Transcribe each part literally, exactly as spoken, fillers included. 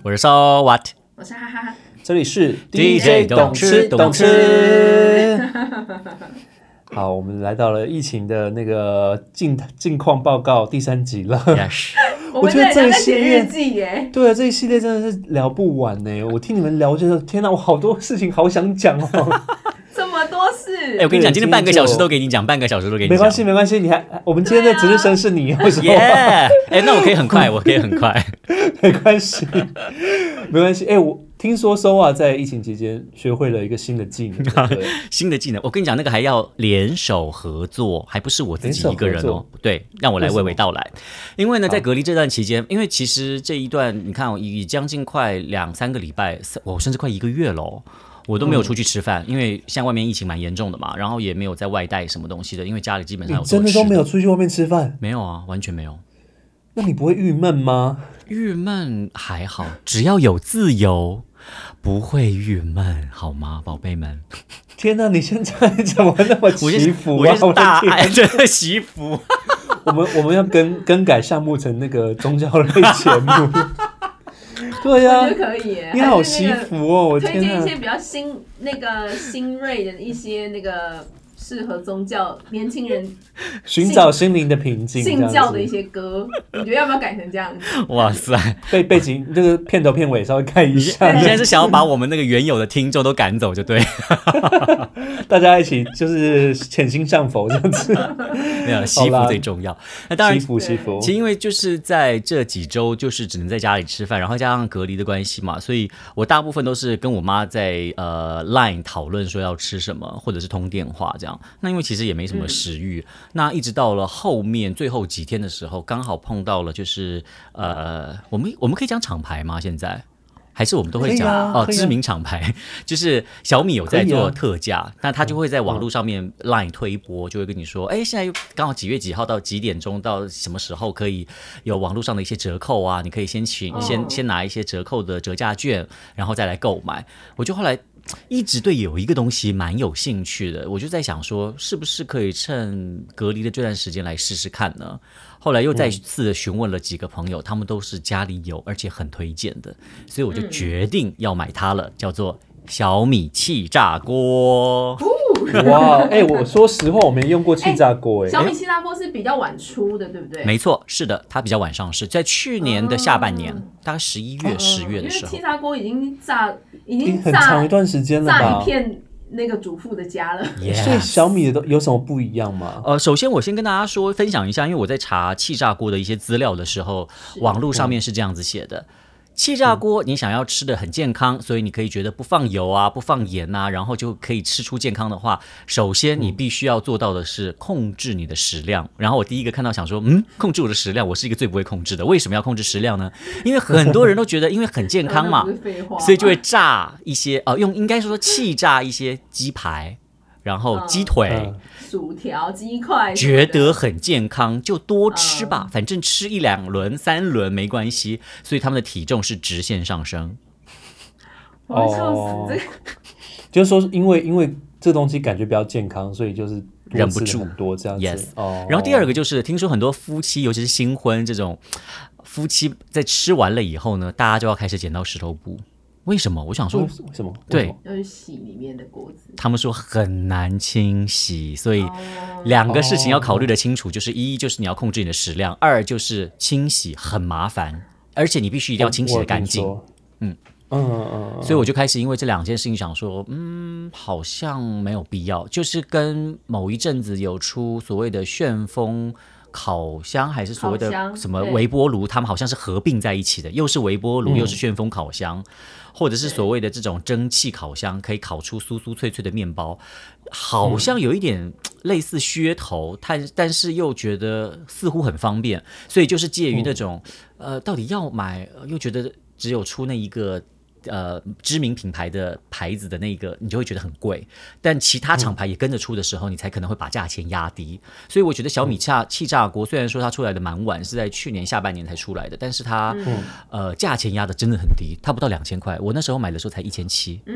我是 So What， 我是哈哈哈， 这里是 D J 懂吃懂吃。 好，我们来到了疫情的那个近近况报告第三集了。 Yes 我们在在写日记耶。 对啊，这一系列真的是聊不完呢。我听你们聊，就是天哪，我好多事情好想讲哦。 这么多事， 哎、欸，我跟你讲，今天半个小时都给你讲，半个小时都给你讲， 没关系，没关系。你还，我们今天的值日生是你，为什么？ 耶！哎，那我可以很快，我可以很快， 没关系，没关系。哎、欸，我听说 S O A 在疫情期间学会了一个新的技能，对新的技能。我跟你讲，那个还要联手合作，还不是我自己一个人哦。对，让我来娓娓道来。因为呢，在隔离这段期间，因为其实这一段，你看，已将近快两三个礼拜，我甚至快一个月喽。我都没有出去吃饭、嗯，因为像外面疫情蛮严重的嘛，然后也没有在外带什么东西的，因为家里基本上有你真的都没有出去外面吃饭？ 没有啊，完全没有。 那你不会郁闷吗？ 郁闷还好，只要有自由，不会郁闷，好吗，宝贝们？ 天哪，你现在怎么那么祈福啊？ 我就是大爱的祈福。 我们我们要更更改项目成那个宗教类节目。对呀、啊， 我觉得可以耶。 你好惜福哦！我推荐一些比较新、那个新锐的一些那个适合宗教年轻人寻找心灵的平静、 信教的一些歌，你觉得要不要改成这样子？ 哇塞， 背背景这个片头片尾稍微看一下。 你现在是想要把我们那个原有的听众都赶走就对， 大家一起就是潜心上佛这样子。 没有，惜福最重要。那当然， 惜福惜福。 其实因为就是在这几周，就是只能在家里吃饭，然后加上隔离的关系嘛，所以我大部分都是跟我妈在呃 Line 讨论说要吃什么，或者是通电话这样。那因为其实也没什么食欲、嗯，那一直到了后面最后几天的时候，刚好碰到了就是呃，我们我们可以讲厂牌吗？现在？还是我们都会讲、啊、哦，知名厂牌就是小米有在做特价，啊、那他就会在网络上面 Line 推播，就会跟你说，哎，现在刚好几月几号到几点钟到什么时候可以有网络上的一些折扣啊？你可以先请、哦、先先拿一些折扣的折价券，然后再来购买。我就后来一直对有一个东西蛮有兴趣的，我就在想说，是不是可以趁隔离的这段时间来试试看呢？后来又再次的询问了几个朋友、嗯，他们都是家里有而且很推荐的，所以我就决定要买它了，叫做小米气炸锅。 哇，哎、欸，我说实话，我没用过气炸锅、欸，哎、 欸，小米气炸锅是比较晚出的，对不对？ 没错，是的，它比较晚上市，在去年的下半年，嗯、大概十一月、十、嗯、月的时候， 因为气炸锅已经炸，已经很长一段时间了吧， 炸一片。那个主妇的家了， yes. 所以小米的都有什么不一样吗？ 呃，首先我先跟大家说分享一下，因为我在查气炸锅的一些资料的时候，网络上面是这样子写的。气炸锅你想要吃的很健康，所以你可以觉得不放油啊不放盐啊，然后就可以吃出健康的话，首先你必须要做到的是控制你的食量。然后我第一个看到想说嗯，控制我的食量，我是一个最不会控制的。为什么要控制食量呢？因为很多人都觉得因为很健康嘛所以就会炸一些、呃、用应该说气炸一些鸡排，然后鸡腿、嗯、 薯条、鸡块， 觉得很健康就多吃吧、嗯、反正吃一两轮三轮没关系，所以他们的体重是直线上升。 我会笑死这个、哦、 就是说因为因为这东西感觉比较健康，所以就是忍不住很多这样子。 Yes. 哦、然后第二个就是听说很多夫妻尤其是新婚这种夫妻在吃完了以后呢，大家就要开始剪刀石头布。为什么？我想说为什么？ 对， 要去洗里面的锅子。 他们说很难清洗，所以两个事情要考虑的清楚，就是一就是你要控制你的食量，二就是清洗很麻烦，而且你必须一定要清洗的干净。嗯嗯嗯，所以我就开始因为这两件事情想说，嗯，好像没有必要，就是跟某一阵子有出所谓的旋风烤箱还是所谓的什么微波炉，他们好像是合并在一起的，又是微波炉、嗯、又是旋风烤箱，或者是所谓的这种蒸汽烤箱，可以烤出酥酥脆脆的面包，好像有一点类似噱头，但但是又觉得似乎很方便，所以就是介于那种、嗯、呃，到底要买又觉得只有出那一个呃知名品牌的牌子的那个你就会觉得很贵，但其他厂牌也跟着出的时候、嗯、你才可能会把价钱压低。所以我觉得小米气炸锅虽然说它出来的蛮晚，是在去年下半年才出来的，但是它、嗯、呃价钱压的真的很低，它不到两千块，我那时候买的时候才一千七。嗯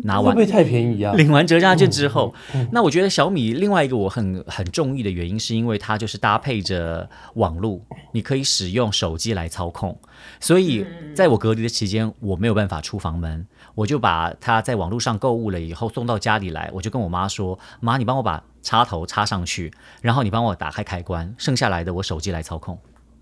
拿完会不会太便宜啊？ 领完折价券之后， 嗯嗯那我觉得小米另外一个我很很中意的原因，是因为它就是搭配着网络，你可以使用手机来操控。所以在我隔离的期间，我没有办法出房门，我就把它在网络上购物了以后送到家里来，我就跟我妈说：“妈，你帮我把插头插上去，然后你帮我打开开关，剩下来的我手机来操控。”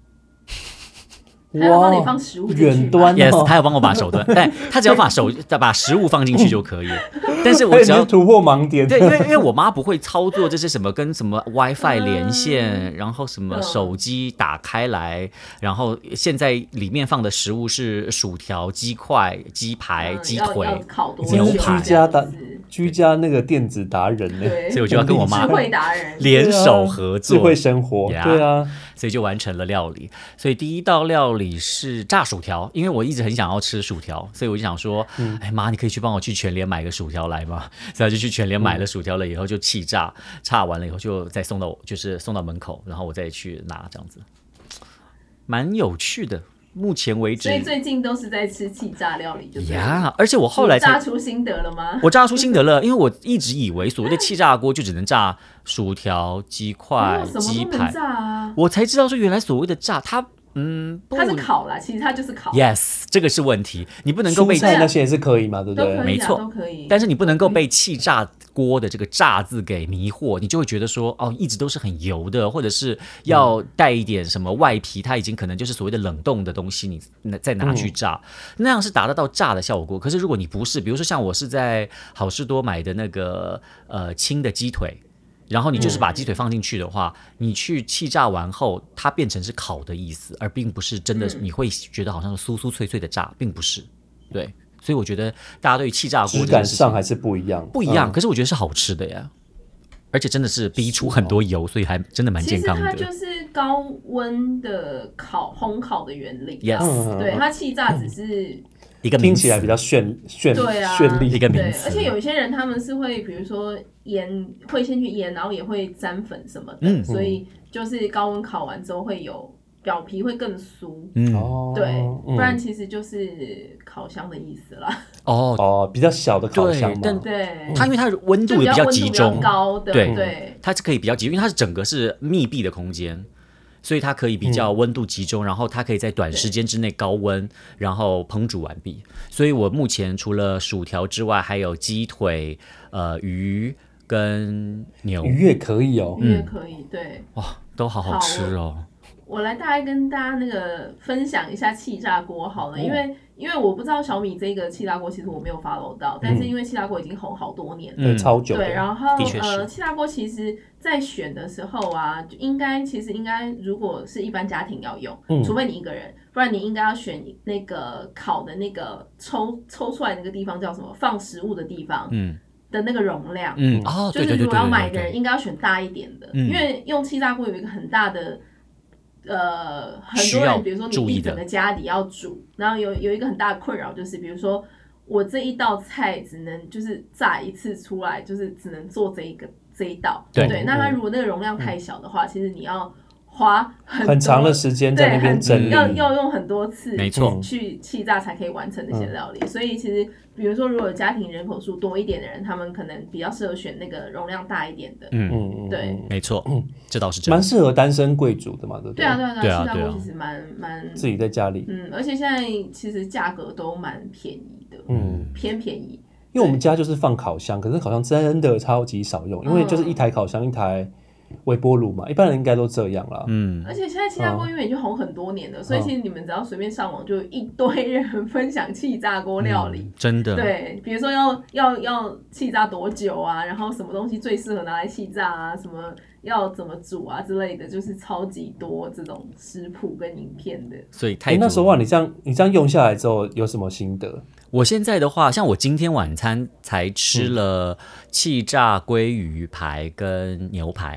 还要帮你放食物进去吗远端、哦、 yes， 他有帮我把手段，但他只要把手把食物放进去就可以了。但是我只要突破盲点， 对，因为因为我妈不会操作这些什么跟什么 WiFi 连线，嗯、然后什么手机打开来，然后现在里面放的食物是薯条、鸡块、鸡排、鸡腿、牛排， 居家达居家那个电子达人呢， 所以我就要跟我妈智慧达人联手合作， 智慧生活，对啊， 所以就完成了料理。所以第一道料理是炸薯条，因为我一直很想要吃薯条，所以我就想说，嗯、哎妈，你可以去帮我去全联买个薯条来吗？所以就去全联买了薯条了，以后就气炸，炸完了以后就再送到就是送到门口，然后我再去拿，这样子，蛮有趣的。目前为止， 所以最近都是在吃气炸料理，就是呀。而且我后来才炸出心得了吗？ 我炸出心得了，因为我一直以为所谓的气炸锅就只能炸薯条、鸡块、鸡排、 炸啊， 我才知道说原来所谓的炸它。嗯， 它是烤啦，其实它就是烤。 Yes， 这个是问题，你不能够被蔬菜那些也是可以嘛，对不对？ 啊、 没错， 都可以。 但是你不能够被气炸锅的这个“炸”字给迷惑，你就会觉得说，哦，一直都是很油的，或者是要带一点什么外皮，它已经可能就是所谓的冷冻的东西，你再拿去炸，嗯、那样是达得到炸的效果。可是如果你不是，比如说像我是在好事多买的那个呃轻的鸡腿。然后你就是把鸡腿放进去的话，嗯、你去气炸完后，它变成是烤的意思，而并不是真的你会觉得好像是酥酥脆脆的炸，并不是。对，所以我觉得大家对于气炸锅质感上还是不一样， 不一样。 嗯、 可是我觉得是好吃的呀，而且真的是逼出很多油，所以还真的蛮健康的。 其实它就是高温的烤烘烤的原理。 Yes， 对，它气炸只是。 一个听起来比较绚绚对啊， 绚丽一个名词， 而且有一些人他们是会，比如说腌，会先去腌，然后也会沾粉什么的， 嗯、 所以就是高温烤完之后会有表皮会更酥， 嗯， 对，不然其实就是烤箱的意思啦。 哦哦，比较小的烤箱嘛， 但对， 它因为它的温度也比较集中， 高的， 对对， 它是可以比较集中，因为它是整个是密闭的空间。所以它可以比较温度集中，嗯、然后它可以在短时间之内高温，然后烹煮完毕。所以我目前除了薯条之外，还有鸡腿、呃鱼跟牛。 鱼也可以哦， 鱼也可以，对。 哇，都好好吃哦。 我来大概跟大家那个分享一下气炸锅好了，哦、因为因为我不知道小米这个气炸锅其实我没有 follow 到，嗯、但是因为气炸锅已经红好多年了， 对，超久的。 对，然后呃，气炸锅其实在选的时候啊，就应该其实应该如果是一般家庭要用，嗯、除非你一个人，不然你应该要选那个烤的那个抽抽出来那个地方叫什么？放食物的地方。嗯。的那个容量， 嗯，哦， 就是如果要买的人应该要选大一点的，嗯、因为用气炸锅有一个很大的。呃，很多人，比如说你一整个家里要煮，然后有有一个很大的困扰就是，比如说我这一道菜只能就是炸一次出来，就是只能做这一个这一道，对，对那它如果那个容量太小的话，嗯、其实你要花很很长的时间在那边整理， 要要用很多次， 没错， 去气炸才可以完成那些料理。嗯、所以其实，比如说如果家庭人口数多一点的人，他们可能比较适合选那个容量大一点的。嗯嗯，对， 没错，嗯，这倒是真的， 蛮适合单身贵族的嘛，对不对？ 对啊对啊对啊，气炸锅其实蛮蛮自己在家里， 嗯，而且现在其实价格都蛮便宜的，嗯，偏便宜。 因为我们家就是放烤箱，可是烤箱真的超级少用，因为就是一台烤箱一台。微波炉嘛，一般人应该都这样啦。 嗯，而且现在气炸锅因为已经红很多年了，哦、所以其实你们只要随便上网，就有一堆人分享气炸锅料理、嗯， 真的。 对，比如说要要要气炸多久啊，然后什么东西最适合拿来气炸啊，什么要怎么煮啊之类的，就是超级多这种食谱跟影片的。 所以太多、欸、 那时候啊，你这样你这样用下来之后有什么心得？ 我现在的话，像我今天晚餐才吃了气炸鲑鱼排跟牛排。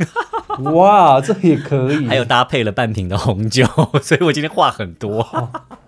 哇，这也可以， 还有搭配了半瓶的红酒，所以我今天话很多。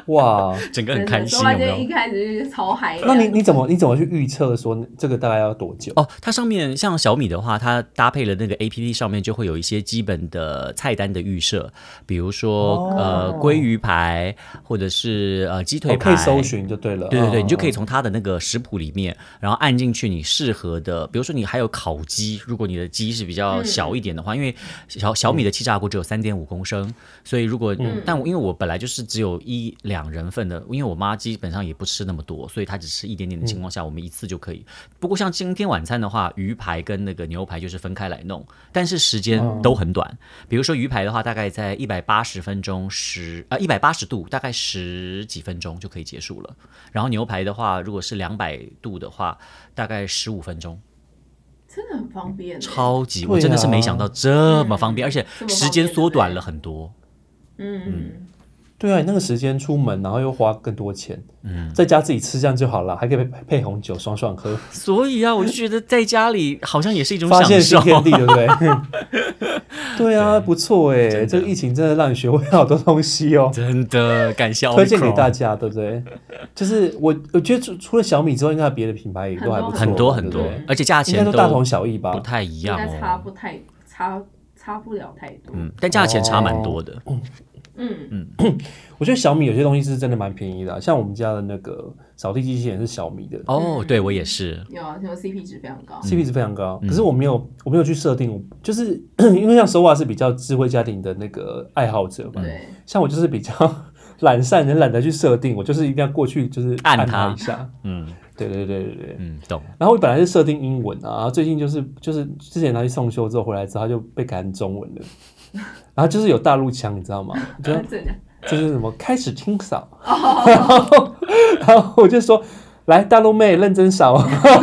哇， 整个很开心， 有没有？ 一开始就是超嗨。 那你你怎么你怎么去预测说这个大概要多久？ 哦，它上面像小米的话，它搭配了那个 A P P 上面就会有一些基本的菜单的预设，比如说、哦、呃鲑鱼排，或者是呃鸡腿排， 哦、可以搜寻就对了。 对对对， 哦、 你就可以从它的那个食谱里面，然后按进去你适合的，比如说你还有烤鸡，如果你的鸡是比较小一点的话，嗯、因为小小米的气炸锅只有三点五公升，所以如果、嗯、但我因为我本来就是只有一两人份的，因为我妈基本上也不吃那么多，所以她只吃一点点的情况下，嗯、我们一次就可以。不过像今天晚餐的话，鱼排跟那个牛排就是分开来弄，但是时间都很短。嗯、比如说鱼排的话，大概在一百八十分钟十啊一百八十度，大概十几分钟就可以结束了。然后牛排的话，如果是两百度的话，大概十五分钟。 真的很方便， 超级！我真的是没想到这么方便，嗯、而且时间缩短了很多。 嗯嗯。 对啊，你那个时间出门，然后又花更多钱，嗯，在家自己吃这样就好了，还可以配配红酒，爽爽喝。 所以啊，我就觉得在家里好像也是一种享受， 发现新天地，对不对？对啊，对不错哎，这个疫情真的让你学会好多东西哦， 真的感谢， 推荐给大家，对不对？就是我我觉得除了小米之外，应该别的品牌也都还不错， 很多很多， 对对而且价钱都大同小异吧， 不太一样哦， 应该差不太差差不了太多， 嗯，但价钱差蛮多的， 哦嗯嗯，我觉得小米有些东西是真的蛮便宜的、啊，像我们家的那个扫地机器人是小米的。 哦，对我也是。 有啊，就 C P 值非常高。 C P 值非常高，嗯、可是我没有，我没有去设定，就是因为像手瓦是比较智慧家庭的那个爱好者嘛， 对。 像我就是比较懒散，人懒得去设定，我就是一定要过去就是按它一下， 嗯。 对对对对对， 嗯，懂。 然后我本来是设定英文啊，然后最近就是就是之前他去送修之后回来之后，他就被改成中文了，然后就是有大陆腔，你知道吗？就就是什么开始清扫， 哦、 然后然后我就说来大陆妹认真扫，我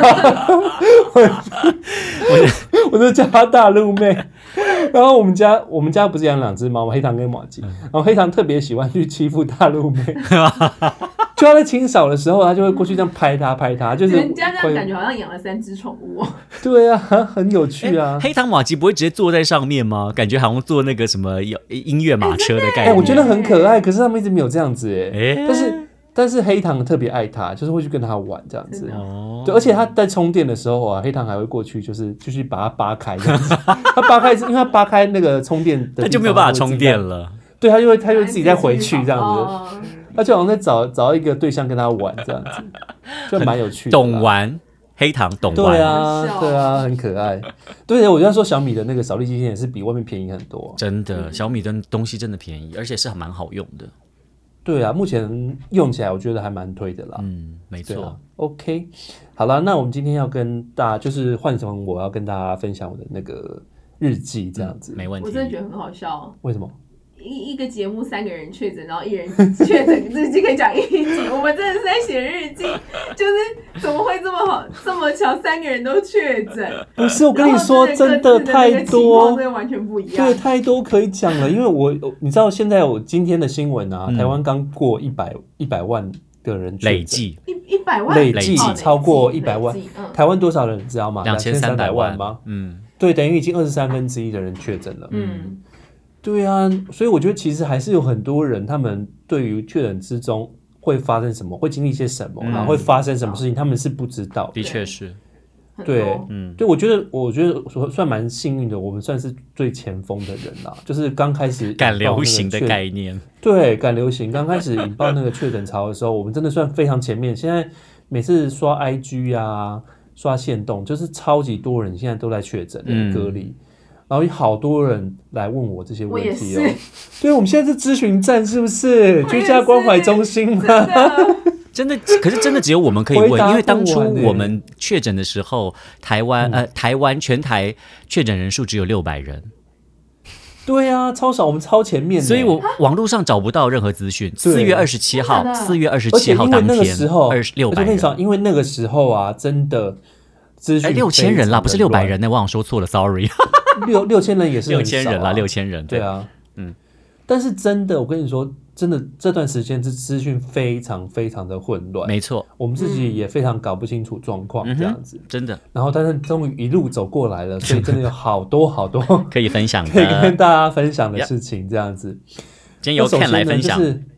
就我就叫她大陆妹。然后我们家我们家不是养两只猫吗？黑糖跟马吉，然后黑糖特别喜欢去欺负大陆妹。就他在清扫的时候，他就会过去这样拍他拍他，就是人家这样感觉好像养了三只宠物、哦。 对啊，很有趣啊。 黑糖玛吉不会直接坐在上面吗？感觉好像坐那个什么音乐马车的概念。 哎、欸，我觉得很可爱，可是他们一直没有这样子哎。 欸、 但是但是黑糖特别爱他，就是会去跟他玩这样子。对，而且他在充电的时候啊，黑糖还会过去，就是就去把它扒开这样子。他扒开，因为他扒开那个充电的， 他就没有办法充电了。 对，他就会他就会自己再回去这样子。他就好像在找找一个对象跟他玩这样子，就蛮有趣的。 懂玩，黑糖懂玩。 对啊，对啊，很可爱。对，我就要说小米的那个扫地机器人是比外面便宜很多。 真的，小米的东西真的便宜，而且是蛮好用的。 对啊，目前用起来我觉得还蛮推的啦。 嗯，没错、 啊。OK， 好了，那我们今天要跟大家就是换成我要跟大家分享我的那个日记这样子、 嗯，没问题。 我真的觉得很好笑。 为什么？ 一一个节目三个人确诊，然后一人确诊日记可以讲一集，我们真的是在写日记，就是怎么会这么好，这么巧，三个人都确诊？ 不是，我跟你说，真的太多， 真的完全不一样， 对，太多可以讲了。因为我你知道，现在我今天的新闻啊，嗯、台湾刚过一百一百万的人累计， 一一百万累计超过一百万、 嗯， 台湾多少人你知道吗？ 两千三百万吗？ 嗯， 对，等于已经二十三分之一的人确诊了。 嗯。 对啊，所以我觉得其实还是有很多人，他们对于确诊之中会发生什么，会经历一些什么，嗯、然后会发生什么事情，他们是不知道的。 的确是， 对，嗯，对，我觉得，我觉得算蛮幸运的，我们算是最前锋的人啦，就是刚开始赶流行的概念， 对，赶流行，刚开始引爆那个确诊潮的时候，我们真的算非常前面。现在每次刷 I G 啊，刷限动，就是超级多人现在都在确诊、嗯、隔离。然后有好多人来问我这些问题哦，对，我们现在是咨询站是不是？居家关怀中心吗？ 真的，可是真的只有我们可以问，因为当初我们确诊的时候，台湾、嗯、呃台湾全台确诊人数只有六百人。 对啊，超少，我们超前面的， 所以我网络上找不到任何资讯。四月二十七号，四月二十七号当天， 而且因为那个时候， 六百人， 因为那个时候啊，真的资讯六千人啦，不是六百人呢，我好像说错了 ，sorry。 六六千人也是很少、啊、 六千人啦，六千人， 对, 对啊，嗯，但是真的，我跟你说，真的这段时间是资讯非常非常的混乱， 没错， 我们自己也非常搞不清楚状况，这样子、 嗯，真的。 然后，但是终于一路走过来了，所以真的有好多好多可以分享的， 可以跟大家分享的事情，这样子。 今天由 Ken 来分享。 就是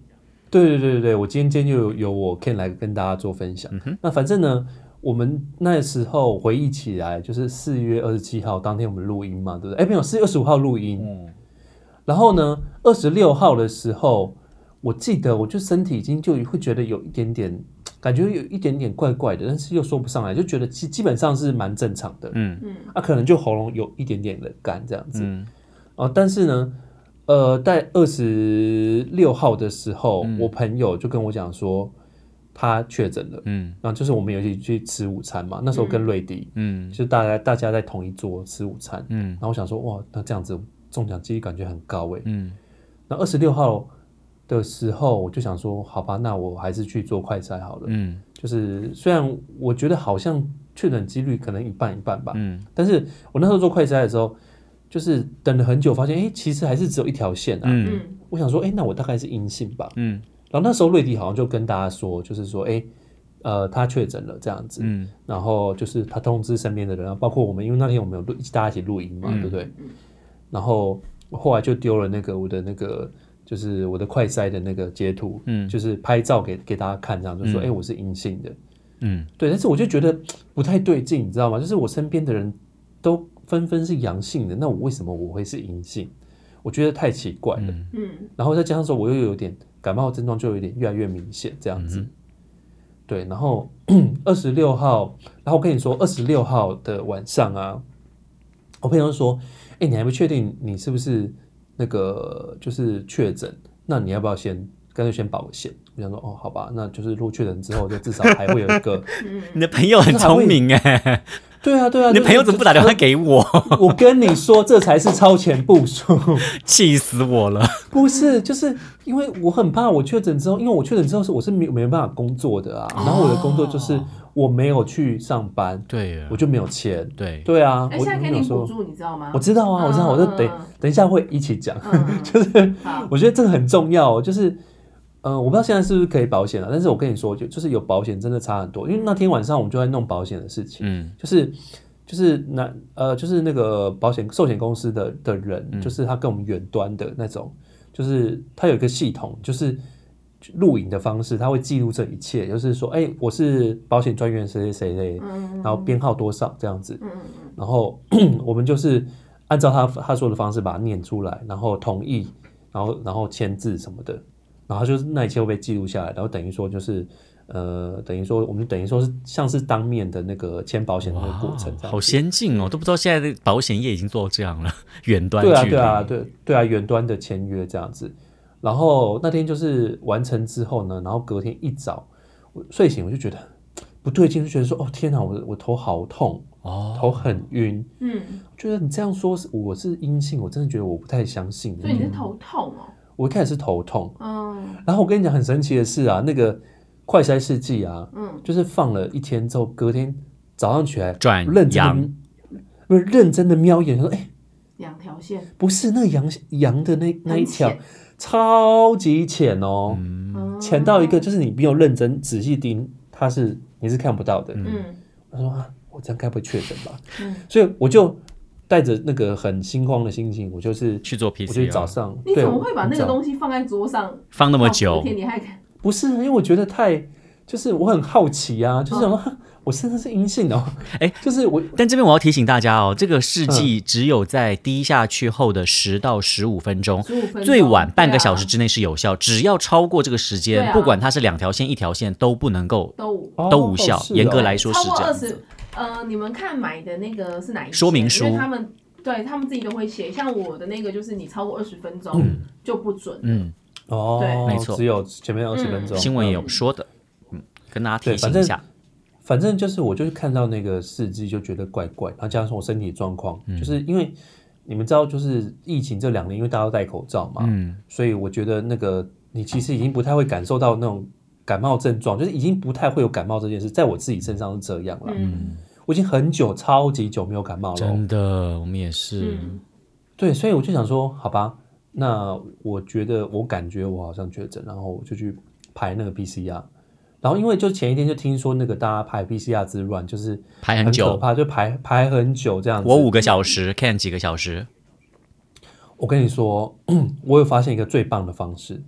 对对对对，我今天今天就有有我 Ken 来跟大家做分享。嗯、那反正呢，我们那时候回忆起来，就是四月二十七号当天我们录音嘛，对不对？哎，没有，四月二十五号录音。嗯。然后呢，二十六号的时候，我记得我就身体已经就会觉得有一点点，感觉有一点点怪怪的，但是又说不上来，就觉得基基本上是蛮正常的。嗯嗯。啊，可能就喉咙有一点点的干这样子。嗯。哦，但是呢。呃，在二十六号的时候、嗯，我朋友就跟我讲说他确诊了，嗯，然后就是我们有一起去吃午餐嘛，那时候跟瑞迪，嗯，就大家大家在同一桌吃午餐，嗯，然后我想说哇，那这样子中奖几率感觉很高哎，嗯，那二十六号的时候我就想说，好吧，那我还是去做快筛好了，嗯，就是虽然我觉得好像确诊几率可能一半一半吧，嗯，但是我那时候做快筛的时候。就是等了很久，发现哎、欸，其实还是只有一条线啊。嗯，我想说，哎、欸，那我大概是阴性吧。嗯，然后那时候瑞迪好像就跟大家说，就是说，哎、欸，呃，他确诊了这样子。嗯，然后就是他通知身边的人，包括我们，因为那天我们有录，大家一起录音嘛、嗯，对不对？然后后来就丢了那个我的那个，就是我的快筛的那个截图，嗯，就是拍照给给大家看，这样就说，哎、嗯欸，我是阴性的。嗯，对，但是我就觉得不太对劲，你知道吗？就是我身边的人都。纷纷是阳性的，那我为什么我会是阴性？我觉得太奇怪了。嗯，然后再加上说我又有点感冒症状，就有点越来越明显这样子。嗯、对，然后二十六号，然后我跟你说，二十六号的晚上啊，我朋友说：“哎、欸，你还不确定你是不是那个就是确诊？那你要不要先干脆先保个险？”我想说：“哦，好吧，那就是如果确诊之后，就至少还会有一个。” 你的朋友很聪明哎。 对啊，对啊， 你的朋友怎么不打电话给我？ 我跟你说，这才是超前部署， 气死我了！ 不是，就是因为我很怕我确诊之后，因为我确诊之后是我是没没办法工作的啊，哦、然后我的工作就是我没有去上班， 对， 我就没有钱， 对， 对啊。 哎，现在给你补助，你知道吗？ 我知道啊，我知道，我就等等一下会一起讲，嗯、就是我觉得这个很重要，就是。嗯，我不知道现在是不是可以保险了，但是我跟你说，就就是有保险真的差很多，因为那天晚上我们就在弄保险的事情，嗯，就是就是那呃就是那个保险寿险公司的的人、嗯，就是他跟我们远端的那种，就是他有一个系统，就是录影的方式，他会记录这一切，就是说，哎、欸，我是保险专员谁谁谁，嗯，然后编号多少这样子，嗯嗯，然后我们就是按照他他说的方式把它念出来，然后同意，然后然后签字什么的。然后就是那一切会被记录下来，然后等于说就是，呃，等于说我们等于说是像是当面的那个签保险的那个过程， 好先进哦，都不知道现在的保险业已经做到这样了，远端对啊对啊对对啊远端的签约这样子。然后那天就是完成之后呢，然后隔天一早我睡醒我就觉得不对劲，就觉得说哦天哪，我我头好痛哦，头很晕，嗯，觉得你这样说我是阴性，我真的觉得我不太相信。 所以你是头痛哦？ 我一开始是头痛，嗯，然后我跟你讲很神奇的是啊，那个快筛试剂啊，嗯，就是放了一天之后，隔天早上起来转认真的，不是认真的瞄一眼，说，哎、欸， 两条线， 不是那个阳阳的那那一条超级浅哦，嗯，浅到一个就是你没有认真仔细盯，它是你是看不到的，嗯，我说啊，我这样该不会确诊吧？嗯，所以我就。带着那个很心慌的心情，我就是去做 P C R。 我就早上， 你怎么会把那个东西放在桌上放那么久？ 天你还不是，因为我觉得太，就是我很好奇啊，就是想说、哦、我真的是阴性哦，哎，就是我。 但这边我要提醒大家哦，这个试剂只有在滴下去后的十到十五分钟，最晚半个小时之内是有效。啊、只要超过这个时间、啊，不管它是两条线、一条线，都不能够都都无效。严、哦哦、格来说是这样子。呃，你们看买的那个是哪一说明书？ 因为他们对他们自己都会写，像我的那个就是你超过二十分钟就不准。嗯， 哦，对，没错，只有前面二十分钟、嗯。 新闻也有说的，嗯，跟大家提醒一下。 反正就是我就是看到那个试剂就觉得怪怪，然后加上我身体状况、嗯，就是因为你们知道，就是疫情这两年，因为大家都戴口罩嘛，嗯，所以我觉得那个你其实已经不太会感受到那种感冒症状，就是已经不太会有感冒这件事，在我自己身上是这样了。嗯。我已经很久，超级久没有感冒了。 真的，我们也是。 嗯、 对，所以我就想说，好吧，那我觉得我感觉我好像确诊，然后我就去排那个 P C R。然后因为就前一天就听说那个大家排 P C R 之乱，就是排很久， 可怕，就排排很久这样子。 我五个小时 ，Ken 几个小时。 我跟你说，我有发现一个最棒的方式。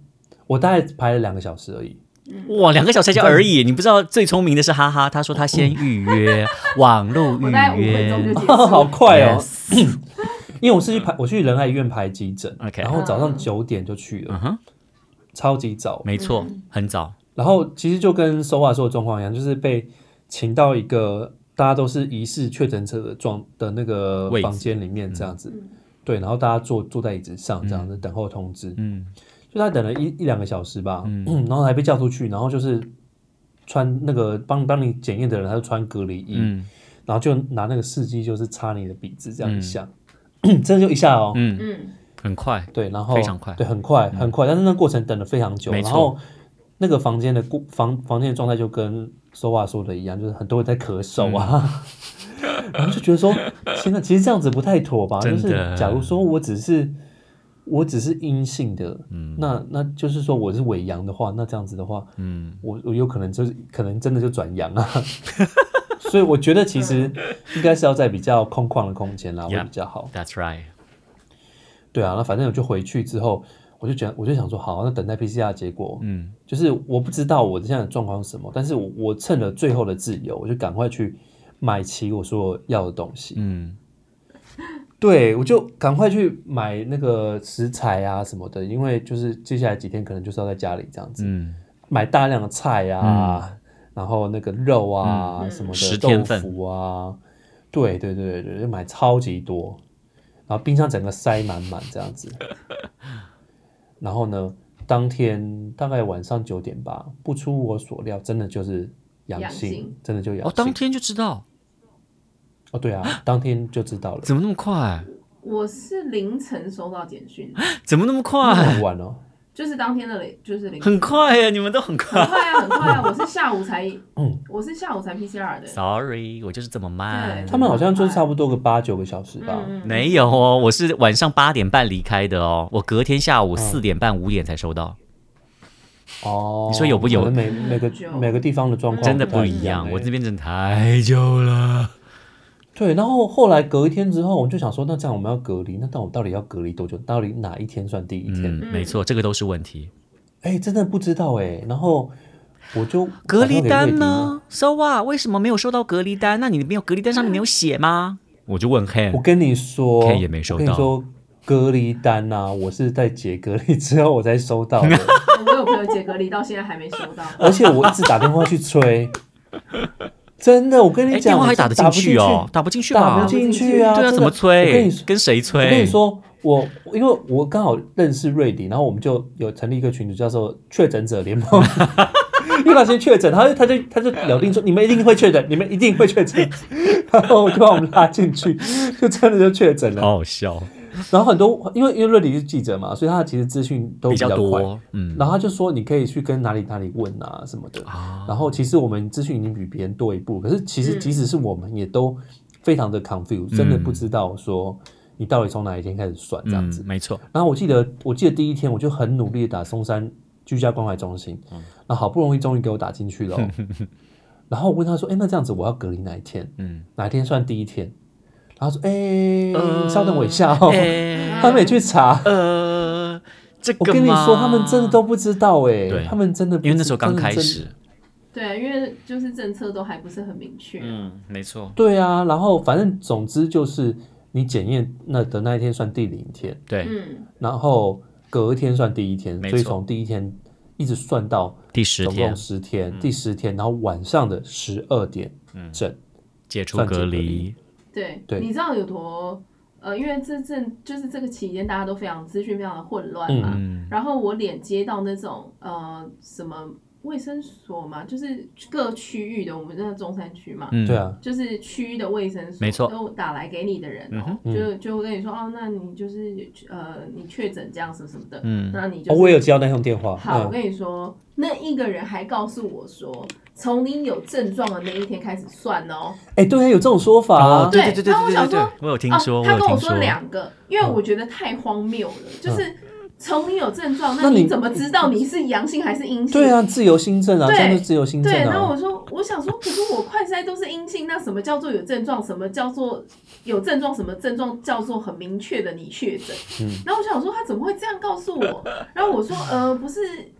我大概排了两个小时而已。 哇，两个小时才而已，你不知道最聪明的是哈哈，他说他先预约网络预约， 我大概五分钟就结束了， 好快哦。 Yes 因为我是去排，我去仁爱医院排急诊 OK 然后早上九点就去了， 嗯哼， 超级早。 没错，很早。 然后其实就跟收话说的状况一样，就是被请到一个大家都是疑似确诊者的状的那个房间里面这样子，对，然后大家坐坐在椅子上这样子、嗯、等候通知，嗯，就他等了一一两个小时吧，嗯，然后还被叫出去，然后就是穿那个帮帮你检验的人，他就穿隔离衣，嗯，然后就拿那个试剂就是插你的鼻子这样一下，嗯、真的就一下哦， 嗯嗯，很快， 对，然后非常快， 对，很快很快，但是那过程等了非常久，然后。那个房间的房房间的状态就跟说话说的一样，就是很多人在咳嗽啊，嗯、然后就觉得说，现在其实这样子不太妥吧？就是假如说我只是我只是阴性的，嗯，那那就是说我是伪阳的话，那这样子的话，嗯，我我有可能就是可能真的就转阳啊，所以我觉得其实应该是要在比较空旷的空间啦， yeah, 会比较好。 That's right。 对啊，那反正我就回去之后。我就讲，我就想说，好，那等待 P C R 结果，嗯，就是我不知道我现在的状况是什么，但是我我趁了最后的自由，我就赶快去买齐我所要的东西，嗯，对，我就赶快去买那个食材啊什么的，因为就是接下来几天可能就是要在家里这样子，嗯，买大量的菜啊，嗯、然后那个肉啊、嗯、什么的豆腐啊，对对对对，就买超级多，然后冰箱整个塞满满这样子。然后呢，当天大概晚上九点吧，不出我所料，真的就是阳性，性真的就阳性。 哦，当天就知道。 哦，对啊，当天就知道了。 怎么那么快？ 我是凌晨收到简讯。 怎么那么快？ 很晚哦。 就是当天的凌，就是凌晨。 很快耶，你们都很快。 很快啊，很快啊！我是下午才，嗯，我是下午才 P C R 的。 Sorry， 我就是这么慢。 他们好像就是差不多个八九个小时吧。 嗯、 没有哦，我是晚上八点半离开的哦，我隔天下午四点半五点才收到。 哦， 你说有不有？ 每每个每个地方的状况真的不一样，我这边真的太久了。 对，然后后来隔一天之后，我就想说，那这样我们要隔离，那但我到底要隔离多久？到底哪一天算第一天？ 嗯，没错，这个都是问题。 哎，真的不知道哎。然后我就隔离单呢 ？So what？ 为什么没有收到隔离单？那你没有隔离单上面没有写吗？我就问 Ken， 我跟你说 ，Ken 也没收到。 我跟你说，隔离单啊，我是在解隔离之后我才收到的。 我有朋友解隔离到现在还没收到， 而且我一直打电话去催。真的，我跟你讲， 电话还打得进去哦，打不进去吧？ 打不进去啊！ 对啊，怎么催？ 我跟你跟谁催？ 我跟你说，我因为我刚好认识瑞迪，然后我们就有成立一个群组，叫做确诊者联盟。因为他先确诊，他他就他就咬定说你们一定会确诊，你们一定会确诊，然后我就把我们拉进去，就真的就确诊了， 好好笑。 然后很多，因为因为瑞迪是记者嘛，所以他其实资讯都比较快， 比较多，嗯， 然后他就说你可以去跟哪里哪里问啊什么的，啊、然后其实我们资讯已经比别人多一步，可是其实即使是我们也都非常的 confused，、嗯、真的不知道说你到底从哪一天开始算这样子， 嗯、没错。 然后我记得我记得第一天我就很努力的打松山居家关怀中心，嗯、然后好不容易终于给我打进去了、哦，然后我问他说，哎，那这样子我要隔离哪一天？嗯，哪一天算第一天？然后说：“哎、欸，呃、稍等我一下哦。欸”他们也去查。 呃，这个我跟你说，他们真的都不知道哎、欸，他们真的不因为那时候刚开始。 对，因为就是政策都还不是很明确。 嗯，没错。 对啊，然后反正总之就是你检验那的那一天算第零天， 对， 嗯， 然后隔一天算第一天，所以从第一天一直算到第十天， 总共十天，嗯、第十天，然后晚上的十二点整、嗯、 解除隔离。 对，对，你知道有多呃，因为这阵就是这个期间大家都非常资讯非常的混乱嘛，嗯、然后我连接到那种呃什么卫生所嘛，就是各区域的，我们这个中山区嘛， 对啊， 就是区域的卫生所， 没错， 都打来给你的人哦，嗯、就就会跟你说哦，那你就是呃你确诊这样什么什么的，嗯，那你就、是哦、我有接到那通电话， 好， 嗯、 我跟你说，那一个人还告诉我说。从你有症状的那一天开始算哦。 哎、欸，对啊，有这种说法啊。 哦、对对对对对对对，我有听说。 啊、他跟我说两个，因为我觉得太荒谬了，嗯、就是从你有症状，那你怎么知道你是阳性还是阴性？ 对啊，自由新政啊，这样就自由新政啊。 对，然后我说，我想说，可是我快筛都是阴性，那什么叫做有症状？什么叫做有症状？什么症状叫做很明确的你确诊？嗯，然后我想说，他怎么会这样告诉我？然后我说，呃，不是。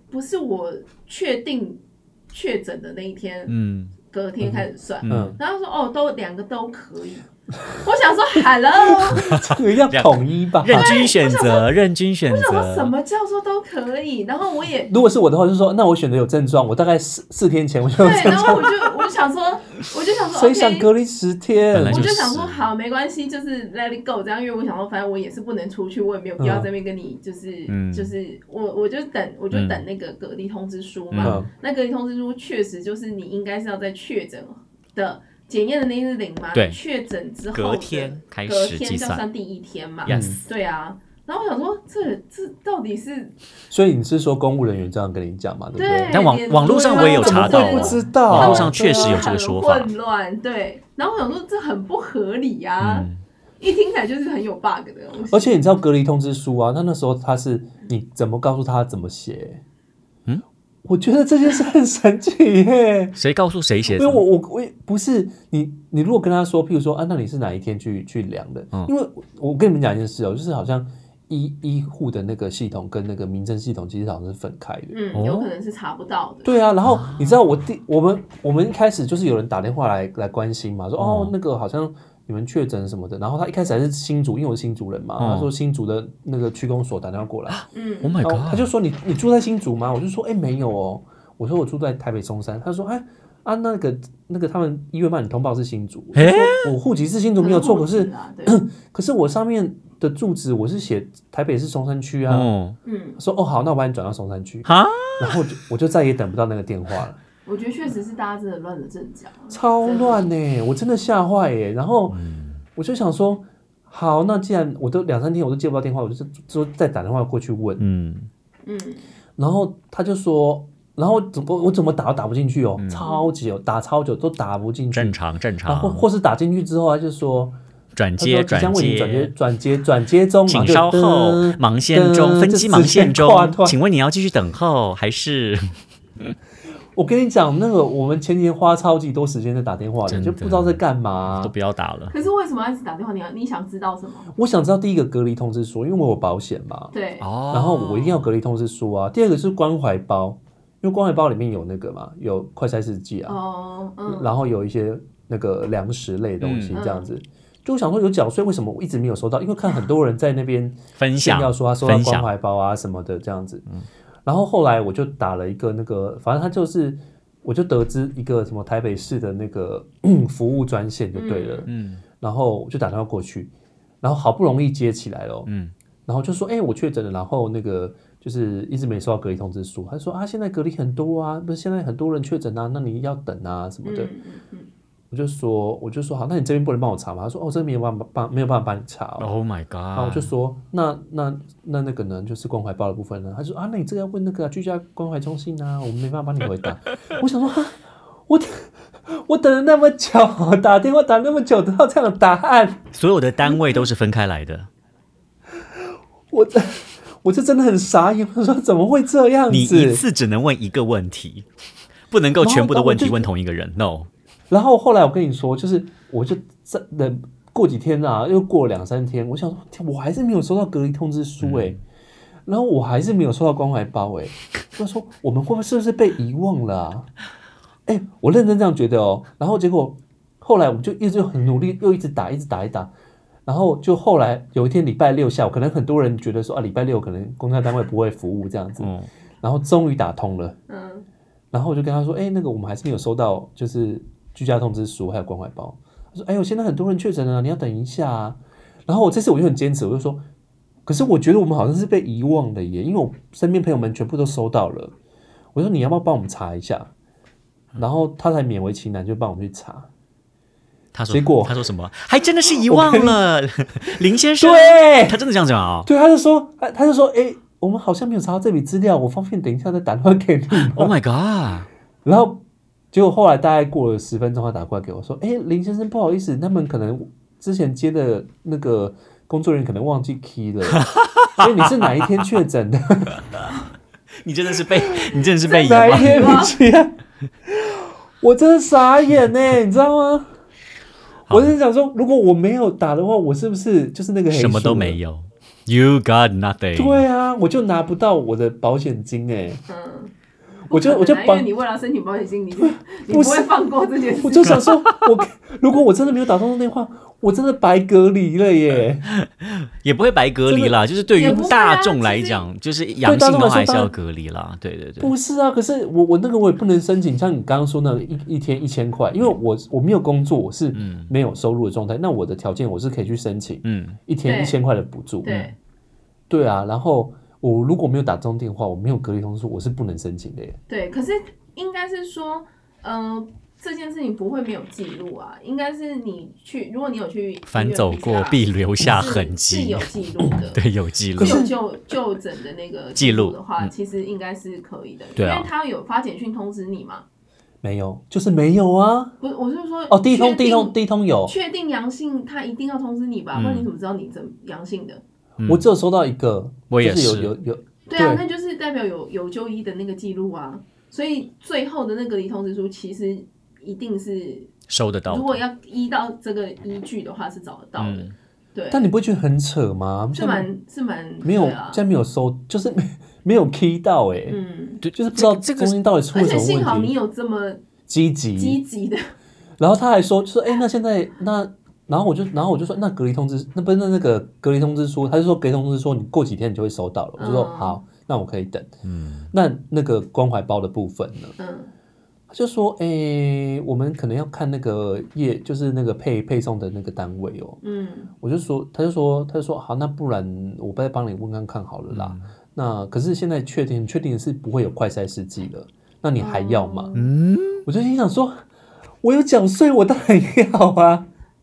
不是我确定确诊的那一天， 嗯， 隔天开始算， 嗯， 然后说哦，都两个都可以。我想说 ，Hello， 这个要统一吧， 任君选择，任君选择。 我想说什么叫做都可以？然后我也， 如果是我的话，就说那我选择有症状，我大概四四天前我就有症状， 对，然后我就我就想说，我就想说， 谁想隔离十天？ 我就想说好，没关系，就是 let it go 这样，因为我想说，反正我也是不能出去，我也没有必要这边跟你就是、嗯、就是我我就等我就等那个隔离通知书嘛。嗯、那隔离通知书确实就是你应该是要在确诊的。检验的那日零嘛，确诊之后隔天开始隔天就算第一天嘛， yes. 对啊。然后我想说，这这到底是？ 所以你是说公务人员这样跟你讲嘛？对不对？ 但网网络上我也有查到、啊， 不知道， 网络上确实有这个说法。 混乱，对。然后我想说，这很不合理啊！嗯、一听起来就是很有 bug 的东西。 而且你知道隔离通知书啊？那那时候他是你怎么告诉他怎么写？嗯。我觉得这件事很神奇耶！ 谁告诉谁写？ 因为我我我不是你，你如果跟他说，譬如说啊，那你是哪一天去去量的？嗯、因为我跟你们讲一件事哦，就是好像医医护的那个系统跟那个民政系统其实好像是分开的， 嗯，有可能是查不到的。 对啊，然后你知道我第我们我们一开始就是有人打电话来来关心嘛，说哦那个好像你们确诊什么的，然后他一开始还是新竹，因为我是新竹人嘛，嗯、他说新竹的那个区公所打电话过来， 嗯 ，Oh my god， 他就说你你住在新竹吗？我就说哎、欸、没有哦，我说我住在台北松山，他说哎啊那个那个他们医院帮你通报是新竹，我说我户籍是新竹没有错，可是可是我上面的住址我是写台北市松山区啊，嗯，说哦好，那我把你转到松山区，然后我就我就再也等不到那个电话了。 我觉得确实是大家真的乱了阵脚， 超乱呢，我真的吓坏耶。然后我就想说，好，那既然我都两三天我都接不到电话，我就说再打电话过去问。嗯嗯，然后他就说，然后怎么我怎么打都打不进去哦，嗯、超级久，打超久都打不进去。 正常正常。 或或是打进去之后，他就说转接转接转接转接转接中， 请稍后，忙线中，分机忙线中，请问你要继续等候还是？ 我跟你讲，那个我们前几天花超级多时间在打电话的，就不知道在干嘛、啊， 都不要打了。 可是为什么要一直打电话？你要你想知道什么？ 我想知道第一个隔离通知书，因为我有保险嘛， 对， 然后我一定要隔离通知书啊。第二个是关怀包，因为关怀包里面有那个嘛，有快筛试剂啊，哦嗯、然后有一些那个粮食类的东西这样子。嗯、就我想说有缴税，为什么我一直没有收到？因为看很多人在那边分享， 要说他收到关怀包啊什么的这样子。嗯、然后后来我就打了一个那个，反正他就是。我就得知一个什么台北市的那个服务专线就对了，嗯，然后我就打电话过去，然后好不容易接起来了，嗯，然后就说，哎、欸，我确诊了，然后那个就是一直没收到隔离通知书，他说啊，现在隔离很多啊，不是现在很多人确诊啊，那你要等啊什么的，嗯嗯、我就说，我就说好，那你这边不能帮我查吗？他说哦，这边没有办法帮，没有办法帮你查、哦。 Oh my god！ 然后我就说，那那那那个呢，就是关怀包的部分呢？他说啊，那你这个要问那个、啊、居家关怀中心啊，我们没办法帮你回答。我想说，我我等了那么久，打电话打那么久，得到这样的答案。 所有的单位都是分开来的。 我这我这真的很傻眼，我说怎么会这样子？ 你一次只能问一个问题，不能够全部的问题问同一个人。No。 然后后来我跟你说，就是我就在等过几天啊，又过了两三天，我想说，我还是没有收到隔离通知书哎、欸，嗯、然后我还是没有收到关怀包哎、欸，我说我们会不会是不是被遗忘了啊？哎、欸，我认真这样觉得哦。然后结果后来我们就一直很努力，又一直打，一直打，一打。然后就后来有一天礼拜六下午，可能很多人觉得说啊，礼拜六可能公家单位不会服务这样子，嗯、然后终于打通了，嗯，然后我就跟他说，哎、欸，那个我们还是没有收到，就是居家通知书还有关怀包。他说，哎呦，现在很多人确诊了，你要等一下啊。然后我这次我就很坚持，我就说，可是我觉得我们好像是被遗忘了耶，因为我身边朋友们全部都收到了。我说你要不要帮我们查一下？然后他才勉为其难就帮我们去查。 他说：“ 结果他说什么？还真的是遗忘了，林先生。 对， 他真的这样讲啊？ 对，他就说，他就说，哎、欸，我们好像没有查到这笔资料，我方便等一下再打电话给你。 Oh my god！ 然后结果后来大概过了十分钟，他打过来给我说，哎、欸，林先生，不好意思，他们可能之前接的那个工作人员可能忘记 key 了，所以你是哪一天确诊的？ 你真的是被，你真的是被遗忘。哪一天不起啊？我真的傻眼呢、欸，你知道吗？”我是想说，如果我没有打的话，我是不是就是那个黑数？ 什么都没有。 You got nothing。 对啊，我就拿不到我的保险金哎、欸。 嗯。 我就我就因为你为了申请保险金，你你不会放过这件事。 我就想说，我如果我真的没有打通电话，我真的白隔离了耶。 也不会白隔离啦，就是对于大众来讲，就是阳性都还是要隔离啦。对对对。 不是啊，可是我我那个我也不能申请，像你刚刚说那一一天一千块，因为我我没有工作，我是没有收入的状态，那我的条件我是可以去申请，嗯，一天一千块的补助。 对。 对啊，然后。我如果没有打这通电话，我没有隔离通知书，我是不能申请的耶。 对，可是应该是说，呃，这件事情不会没有记录啊，应该是你去，如果你有去反走过必留下痕迹， 是有记录的， 对，有记录， 有就就诊的那个记录的话，嗯、其实应该是可以的， 对啊、 因为他有发简讯通知你嘛。 没有，就是没有啊。 不是，我是说， 哦，第一通，第一通，第一通有确定阳性，他一定要通知你吧？嗯、不然你怎么知道你怎阳性的？ 我只有收到一个， 我也是， 就是有有有。 对啊，那就是代表有有就医的那个记录啊，所以最后的那个隔离通知书其实一定是收得到。 如果要依到这个依据的话，是找得到的。嗯、对， 但你不会觉得很扯吗？ 是蛮是蛮没有，现在没有收，就是没没有 key 到哎、欸，嗯，对，就是不知道这个中间到底出了什么问题。 而且幸好你有这么积极积极的。 然后他还说，就说哎、欸，那现在那。然后我就，然后我就说，那隔离通知，那不是那个隔离通知书，他就说隔离通知说你过几天你就会收到了。嗯、我就说好，那我可以等。嗯，那那个关怀包的部分呢？嗯，他就说，哎、欸，我们可能要看那个业，就是那个配配送的那个单位哦。嗯，我就说，他就说，他就说好，那不然我再帮你问看看好了啦。嗯、那可是现在确定确定是不会有快筛试剂了，那你还要吗？嗯，我就心想说，我有缴税，我当然要啊。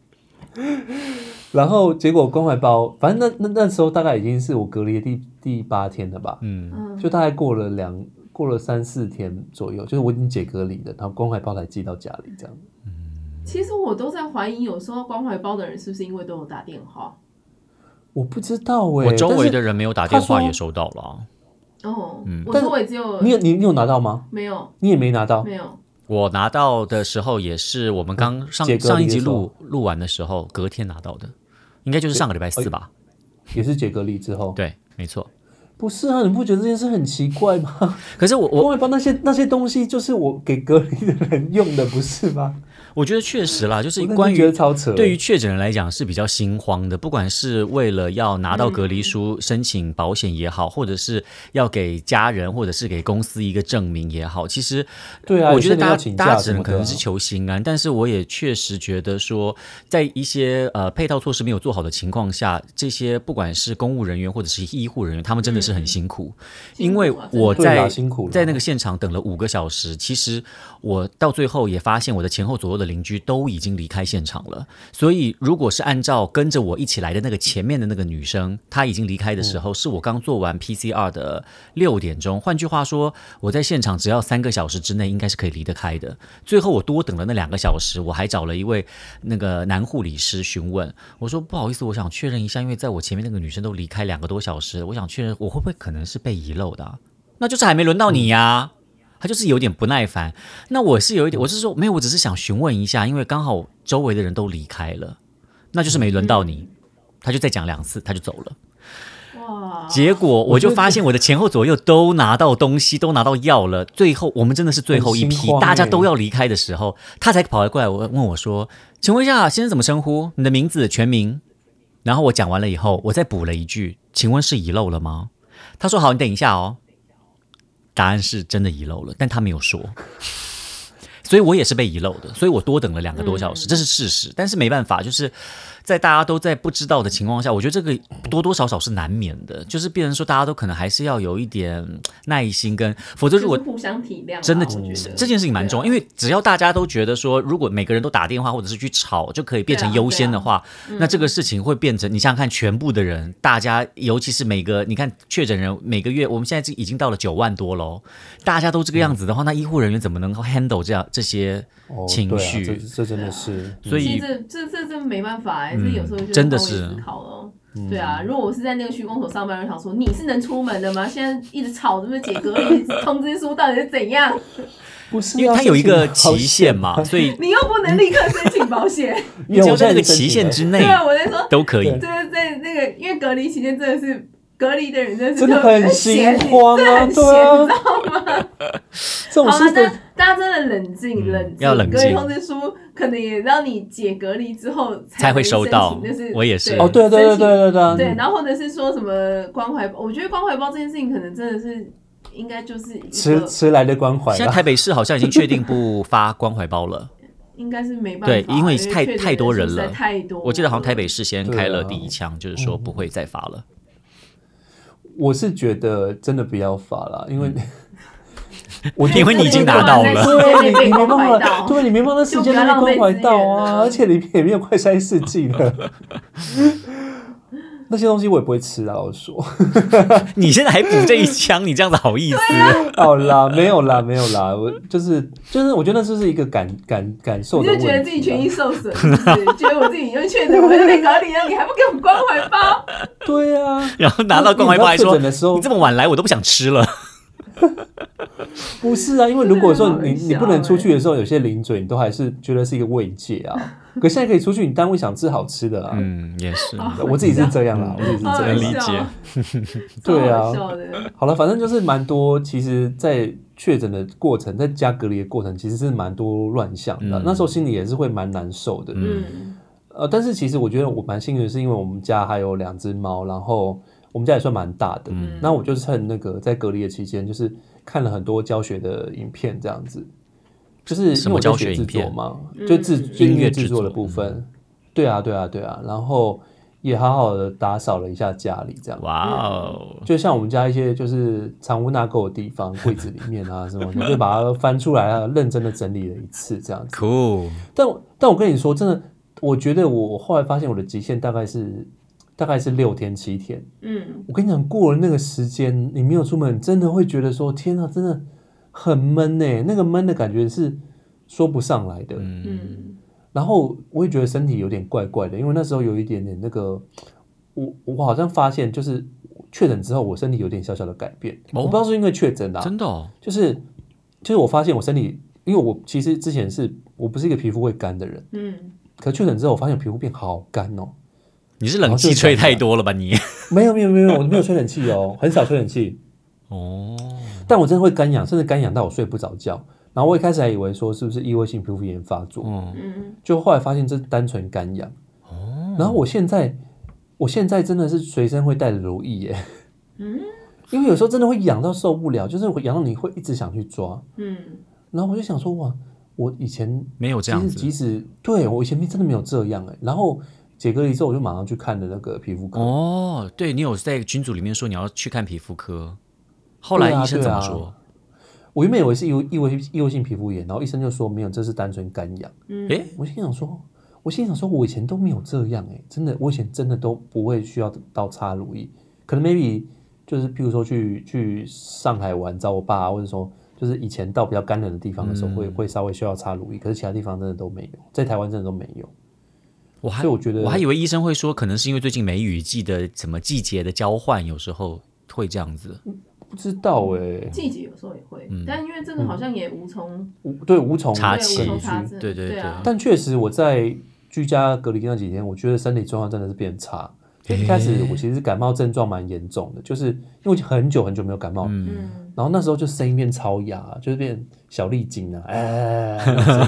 然后结果关怀包，反正那那那时候大概已经是我隔离的第第八天了吧，嗯，就大概过了两过了三四天左右，就是我已经解隔离了，然后关怀包才寄到家里这样。 嗯，其实我都在怀疑，有收到关怀包的人是不是因为都有打电话？ 我不知道哎、 欸，我周围的人没有打电话也收到了、啊。 哦，嗯，我周围只有你有你你有拿到吗？ 没有， 你也没拿到， 没有。 我拿到的时候也是我们刚上、嗯、上一集录录完的时候，隔天拿到的，应该就是上个礼拜四吧， 也是解隔离之后。 对，没错。 不是啊，你不觉得这件事很奇怪吗？ 可是我我关怀包那些那些东西就是我给隔离的人用的，不是吗？ 我觉得确实啦，就是关于对于确诊人来讲是比较心慌的，不管是为了要拿到隔离书、申请保险也好，或者是要给家人或者是给公司一个证明也好，其实对啊， 我觉得大家大家只能可能是求心安，但是我也确实觉得说，在一些呃配套措施没有做好的情况下，这些不管是公务人员或者是医护人员，他们真的是很辛苦，嗯、因为我在在那个现场等了五个小时，其实我到最后也发现我的前后左右的邻居都已经离开现场了，所以如果是按照跟着我一起来的那个前面的那个女生，她已经离开的时候，嗯、是我刚做完 P C R 的六点钟。换句话说，我在现场只要三个小时之内应该是可以离得开的。最后我多等了那两个小时，我还找了一位那个男护理师询问，我说不好意思，我想确认一下，因为在我前面那个女生都离开两个多小时，我想确认我会不会可能是被遗漏的、啊？那就是还没轮到你呀、啊。嗯，他就是有点不耐烦，那我是有一点，我是说没有，我只是想询问一下，因为刚好周围的人都离开了，那就是没轮到你，他就再讲两次，他就走了。哇！结果我就发现我的前后左右都拿到东西，都拿到药了，最后我们真的是最后一批，大家都要离开的时候，他才跑来过来我问我说：“请问一下，先生怎么称呼？你的名字、全名？”然后我讲完了以后，我再补了一句：“请问是遗漏了吗？”他说：“好，你等一下哦。”答案是真的遗漏了，但他没有说，所以我也是被遗漏的，所以我多等了两个多小时，这是事实。但是没办法，就是在大家都在不知道的情况下，我觉得这个多多少少是难免的，就是变成说大家都可能还是要有一点耐心跟，否则如果互相体谅， 真的这件事情蛮重要，因为只要大家都觉得说，如果每个人都打电话或者是去吵就可以变成优先的话，那这个事情会变成你想想看，全部的人，大家尤其是每个你看确诊人每个月，我们现在已经到了九万多喽，大家都这个样子的话，那医护人员怎么能够 handle 这样这些情绪？ 哦对啊、这, 这真的是， 所以这这这真没办法哎、欸。嗯、有时候就真的是思考了，嗯、对啊，如果我是在那个区公所上班，我想说你是能出门的吗？现在一直吵，是不是解隔离通知书到底是怎样？ 不是、啊， 因为它有一个期限嘛，所以你又不能立刻申请保险， 你只要在那个期限之内， 对啊，我在说都可以。 对对对，那个因为隔离期间真的是隔离的人真的是真的很心慌啊， 对啊，你知道吗？ 这种事的， 大家真的冷静、嗯、冷静， 要冷静。 隔离通知书可能也让你解隔离之后才会收到， 就是我也是。 哦，对对对对对对对，然后或者是说什么关怀包，我觉得关怀包这件事情可能真的是。应该就是迟迟来的关怀。 现在台北市好像已经确定不发关怀包了， 应该是没办法。 对，因为太太多人了， 太多。 我记得好像台北市先开了第一枪，啊、就是说不会再发了。 我是觉得真的不要发了，因为、 嗯、我因为你已经拿到了， 对，你没办法，对，你没办法在时间内关怀到啊，而且里面也没有快筛试剂了。那些东西我也不会吃啊，我说。 你现在还补这一枪，你这样子好意思？ 好啦，没有啦，没有啦，我就是就是，我觉得那就是一个感感感受的问题。 你就觉得自己权益受损，是不是？觉得我自己因为确诊，我在被隔离了，你还不给我关怀包？ 对啊， 然后拿到关怀包还说， 的时候你这么晚来，我都不想吃了。 不是啊，因为如果说你你不能出去的时候，有些零嘴你都还是觉得是一个慰藉啊。可现在可以出去，你单位想吃好吃的啊。 嗯，也是， 我自己是这样啦，我自己是这样理解。 对啊，好了，反正就是蛮多，其实，在确诊的过程，在家隔离的过程，其实是蛮多乱象的。嗯、那时候心里也是会蛮难受的。嗯，呃，但是其实我觉得我蛮幸运的是，因为我们家还有两只猫，然后我们家也算蛮大的。嗯，那我就趁那个在隔离的期间，就是看了很多教学的影片，这样子。就是因为我在学制作嘛，就制音乐制作的部分，嗯、对啊，对啊，对啊，然后也好好的打扫了一下家里，这样。 哇哦！ 就像我们家一些就是藏污纳垢的地方，柜子里面啊什么的，就把它翻出来啊，认真的整理了一次，这样子。 Cool。 但但我跟你说，真的，我觉得我后来发现我的极限大概是大概是六天七天。嗯，我跟你讲，过了那个时间，你没有出门，真的会觉得说，天啊，真的。很闷欸，那个闷的感觉是说不上来的。嗯，然后我也觉得身体有点怪怪的，因为那时候有一点点那个，我我好像发现就是确诊之后，我身体有点小小的改变。哦、我不知道是因为确诊啊， 真的哦， 就是就是我发现我身体，因为我其实之前是我不是一个皮肤会干的人，嗯，可确诊之后我发现皮肤变好干哦。 你是冷气吹太多了吧你？ 没有没有没有，我没有吹冷气哦，很少吹冷气。哦。但我真的会干痒，甚至干痒到我睡不着觉。然后我一开始还以为说是不是异位性皮肤炎发作，嗯，就后来发现这是单纯干痒。哦，然后我现在，我现在真的是随身会带着乳液耶，嗯，因为有时候真的会痒到受不了，就是痒到你会一直想去抓，嗯，然后我就想说哇，我以前没有这样子， 即使对我以前真的没有这样哎，然后解隔离之后我就马上去看了那个皮肤科。 哦，对你有在群组里面说你要去看皮肤科。后来医生怎么说？ 啊啊、我原本以为是异位异位性皮肤炎，然后医生就说没有，这是单纯干痒。嗯，哎，我心想说，我心想说，我以前都没有这样哎、欸，真的，我以前真的都不会需要到擦乳液，可能 maybe 就是譬如说去去上海玩找我爸、啊，或者说就是以前到比较干冷的地方的时候会，会、嗯、会稍微需要擦乳液，可是其他地方真的都没有，在台湾真的都没有。 我还所以我觉得我还以为医生会说，可能是因为最近梅雨季的什么季节的交换，有时候会这样子。 嗯不知道哎、欸， 季节有时候也会，嗯、但因为这个好像也无从、 嗯、对无从查起， 对对对。 但确实我在居家隔离那几天，我觉得身体状况真的是变差。一开始我其实感冒症状蛮严重的，就是因为很久很久没有感冒，嗯、然后那时候就声音变超哑，就是变小丽精啊，哎，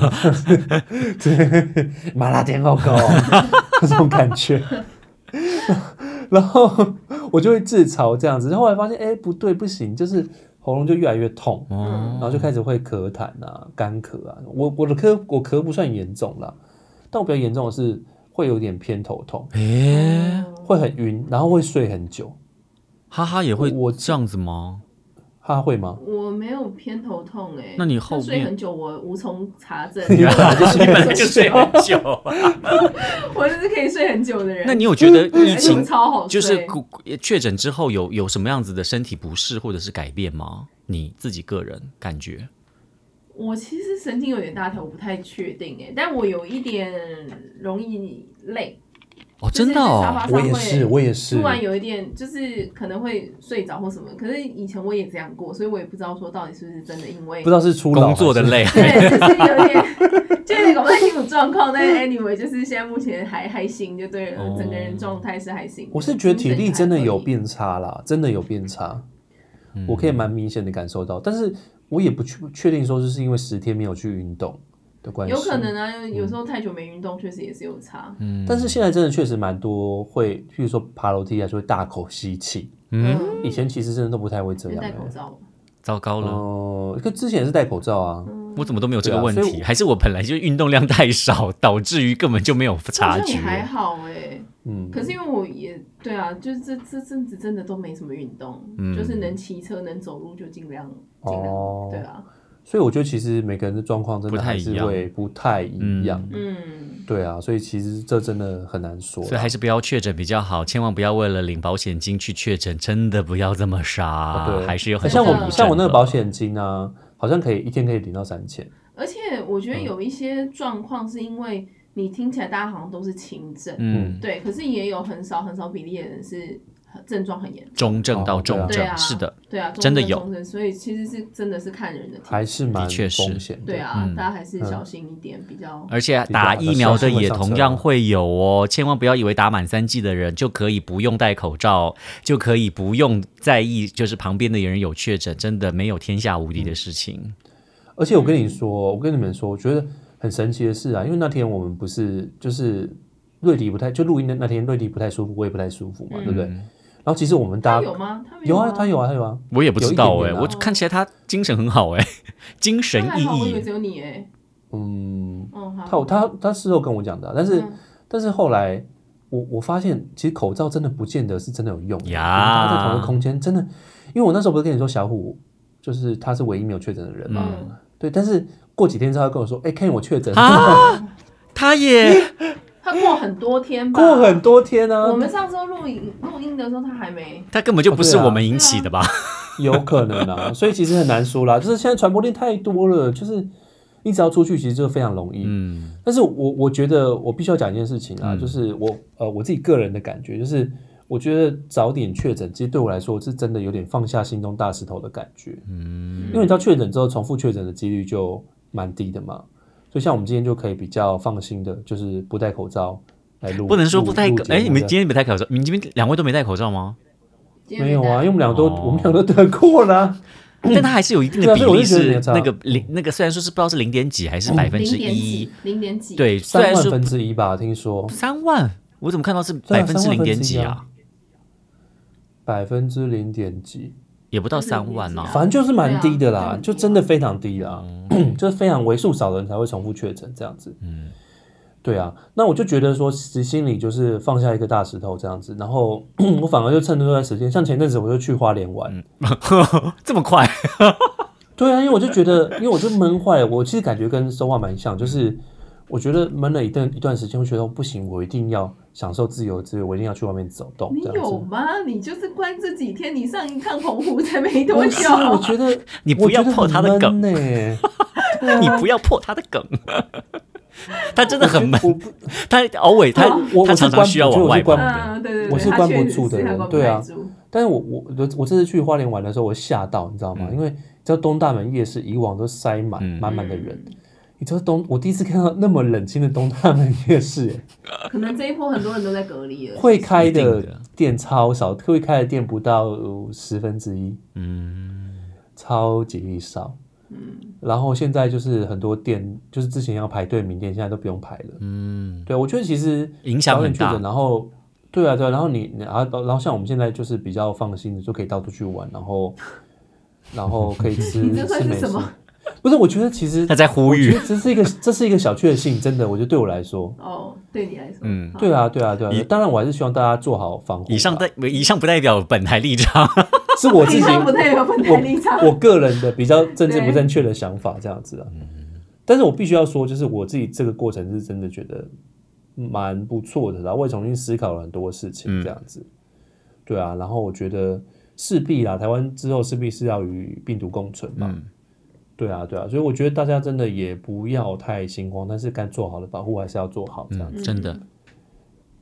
麻辣天狗狗那种感觉。然后我就会自嘲这样子，后来发现哎不对不行，就是喉咙就越来越痛，嗯、然后就开始会咳痰啊、干咳啊。我我的咳我咳不算严重啦，但我比较严重的是会有点偏头痛，欸、会很晕，然后会睡很久。 哈哈也会我这样子吗？ 哈会吗？ 我没有偏头痛哎、欸， 那你后面睡很久，我无从查证。 你本来就是你本来就睡很久、啊， 我就是可以睡很久的人。 那你有觉得疫情超好睡就是确诊之后有有什么样子的身体不适或者是改变吗？你自己个人感觉？ 我其实神经有点大条，我不太确定哎、欸，但我有一点容易累。 哦，真的哦， 我也是，我也是， 突然有一点就是可能会睡着或什么，可是以前我也这样过，所以我也不知道说到底是不是真的，因为不知道是出工作的累， 对，就是有点，就是搞不太清楚状况，但是 anyway 就是现在目前还还行就对了，哦、整个人状态是还行。 我是觉得体力真的有变差啦，真的有变差，嗯、我可以蛮明显的感受到，但是我也不确定说是因为十天没有去运动。 有可能啊，有时候太久没运动，确实也是有差。 嗯，但是现在真的确实蛮多会，譬如说爬楼梯还是会大口吸气。嗯，以前其实真的都不太会这样。 戴口罩， 糟糕了。 哦、呃，跟之前是戴口罩啊、 嗯， 我怎么都没有这个问题？啊、还是我本来就运动量太少，导致于根本就没有察觉。 还好哎、欸，嗯，可是因为我也对啊，就是这这阵子真的都没什么运动，嗯、就是能骑车能走路就尽量尽量、哦、对啊。 所以我觉得其实每个人的状况真的还是会不太一样，嗯，对啊，所以其实这真的很难说， 所以还是不要确诊比较好，千万不要为了领保险金去确诊，真的不要这么傻，哦、对，还是有很像我像我那个保险金啊，好像可以一天可以领到三千， 而且我觉得有一些状况是因为你听起来大家好像都是轻症，嗯，对，可是也有很少很少比例的人是。症状很严重， 中症到重症，哦啊、是的， 对啊， 真的有， 所以其实是真的是看人的体质， 还是蛮风险的， 对啊，嗯、大家还是小心一点、嗯、比较。 而且打疫苗的也同样会有哦，千万不要以为打满三剂的人就可以不用戴口罩，就可以不用在意，就是旁边的人有确诊，真的没有天下无敌的事情。嗯、 而且我跟你说，我跟你们说，我觉得很神奇的是啊，因为那天我们不是就是瑞迪不太，就录音的那天瑞迪不太舒服，我也不太舒服嘛，嗯、对不对？然后其实我们大家有吗？他有啊，他有啊，他有啊。 我也不知道哎、欸，我看起来他精神很好哎、欸，精神奕奕。 我以为只有你哎、欸。 嗯，哦、他他他事后跟我讲的、啊，但是、嗯、但是后来我我发现，其实口罩真的不见得是真的有用呀。大家在同一个空间，真的，因为我那时候不是跟你说小虎就是他是唯一没有确诊的人嘛，嗯、对。但是过几天之后他跟我说，哎、欸，看我确诊啊，他也。 他过很多天吧， 过很多天啊！ 我们上周录影录音的时候，他还没， 他根本就不是我们引起的吧？哦啊、有可能啊，所以其实很难说啦。就是现在传播链太多了，就是你只要出去，其实就非常容易。嗯，但是我我觉得我必须要讲一件事情啊，嗯、就是我呃我自己个人的感觉，就是我觉得早点确诊，其实对我来说是真的有点放下心中大石头的感觉。嗯，因为你知道确诊之后，重复确诊的几率就蛮低的嘛。所以像我们今天就可以比较放心的，就是不戴口罩来录。 不能说不戴口，哎，你们今天没戴口罩？你们今天两位都没戴口罩吗？ 没有啊，因为我们俩都、哦、我们俩都得过了、啊。 但它还是有一定的比例是那个零，那个虽然说是不知道是零点几还是百分之一， 零点几， 对， 三万分之一吧，听说三万，我怎么看到是百分之零点几啊？ 百分之零点几。 也不到三万嘛、啊， 反正就是蛮低的啦，啊、就真的非常低啦，嗯、就是非常为数少的人才会重复确诊这样子。嗯，对啊，那我就觉得说，其实心里就是放下一个大石头这样子，然后我反而就趁这段时间，像前阵子我就去花莲玩， 嗯、这么快？ 对啊，因为我就觉得，因为我就闷坏了，我其实感觉跟收话蛮像，就是我觉得闷了一段一段时间，我觉得不行，我一定要享受自由自由，我一定要去外面走动。 你有吗？你就是关这几天，你上一趟澎湖才没多久。 我觉得你不要破他的梗呢， 啊、你不要破他的梗。他真的很闷，他偶尔他他常常需要往外跑的， 啊、对对对， 我是关不住的人，对啊。但是我我我这次去花莲玩的时候，我吓到，你知道吗？嗯、因为知道东大门夜市以往都塞满满满的人。嗯你知道东，我第一次看到那么冷清的东大门夜市， 可能这一波很多人都在隔离了。 会开的店超少，会开的店不到十分之一，嗯，超级少，嗯。然后现在就是很多店，就是之前要排队名店，现在都不用排了，嗯。对，我觉得其实影响很大。 然后，对啊，对啊，然后你，然后，然后像我们现在就是比较放心的，就可以到处去玩，然后，然后可以吃你这算是什么？ 不是，我觉得其实他在呼吁， 这是一个这是一个小确幸，真的，我觉得对我来说， 哦，对你来说， 嗯，对啊，对啊，对啊，当然我还是希望大家做好防护。 以上代以上不代表本台立场， 是我自己不代表本台立场， 我, 我个人的比较政治不正确的想法这样子啊。但是我必须要说，就是我自己这个过程是真的觉得蛮不错的，然后我也重新思考了很多事情这样子，嗯、对啊，然后我觉得势必啦，台湾之后势必是要与病毒共存嘛。嗯对啊，对啊，所以我觉得大家真的也不要太心慌，但是该做好的保护还是要做好，这样子。 嗯、真的，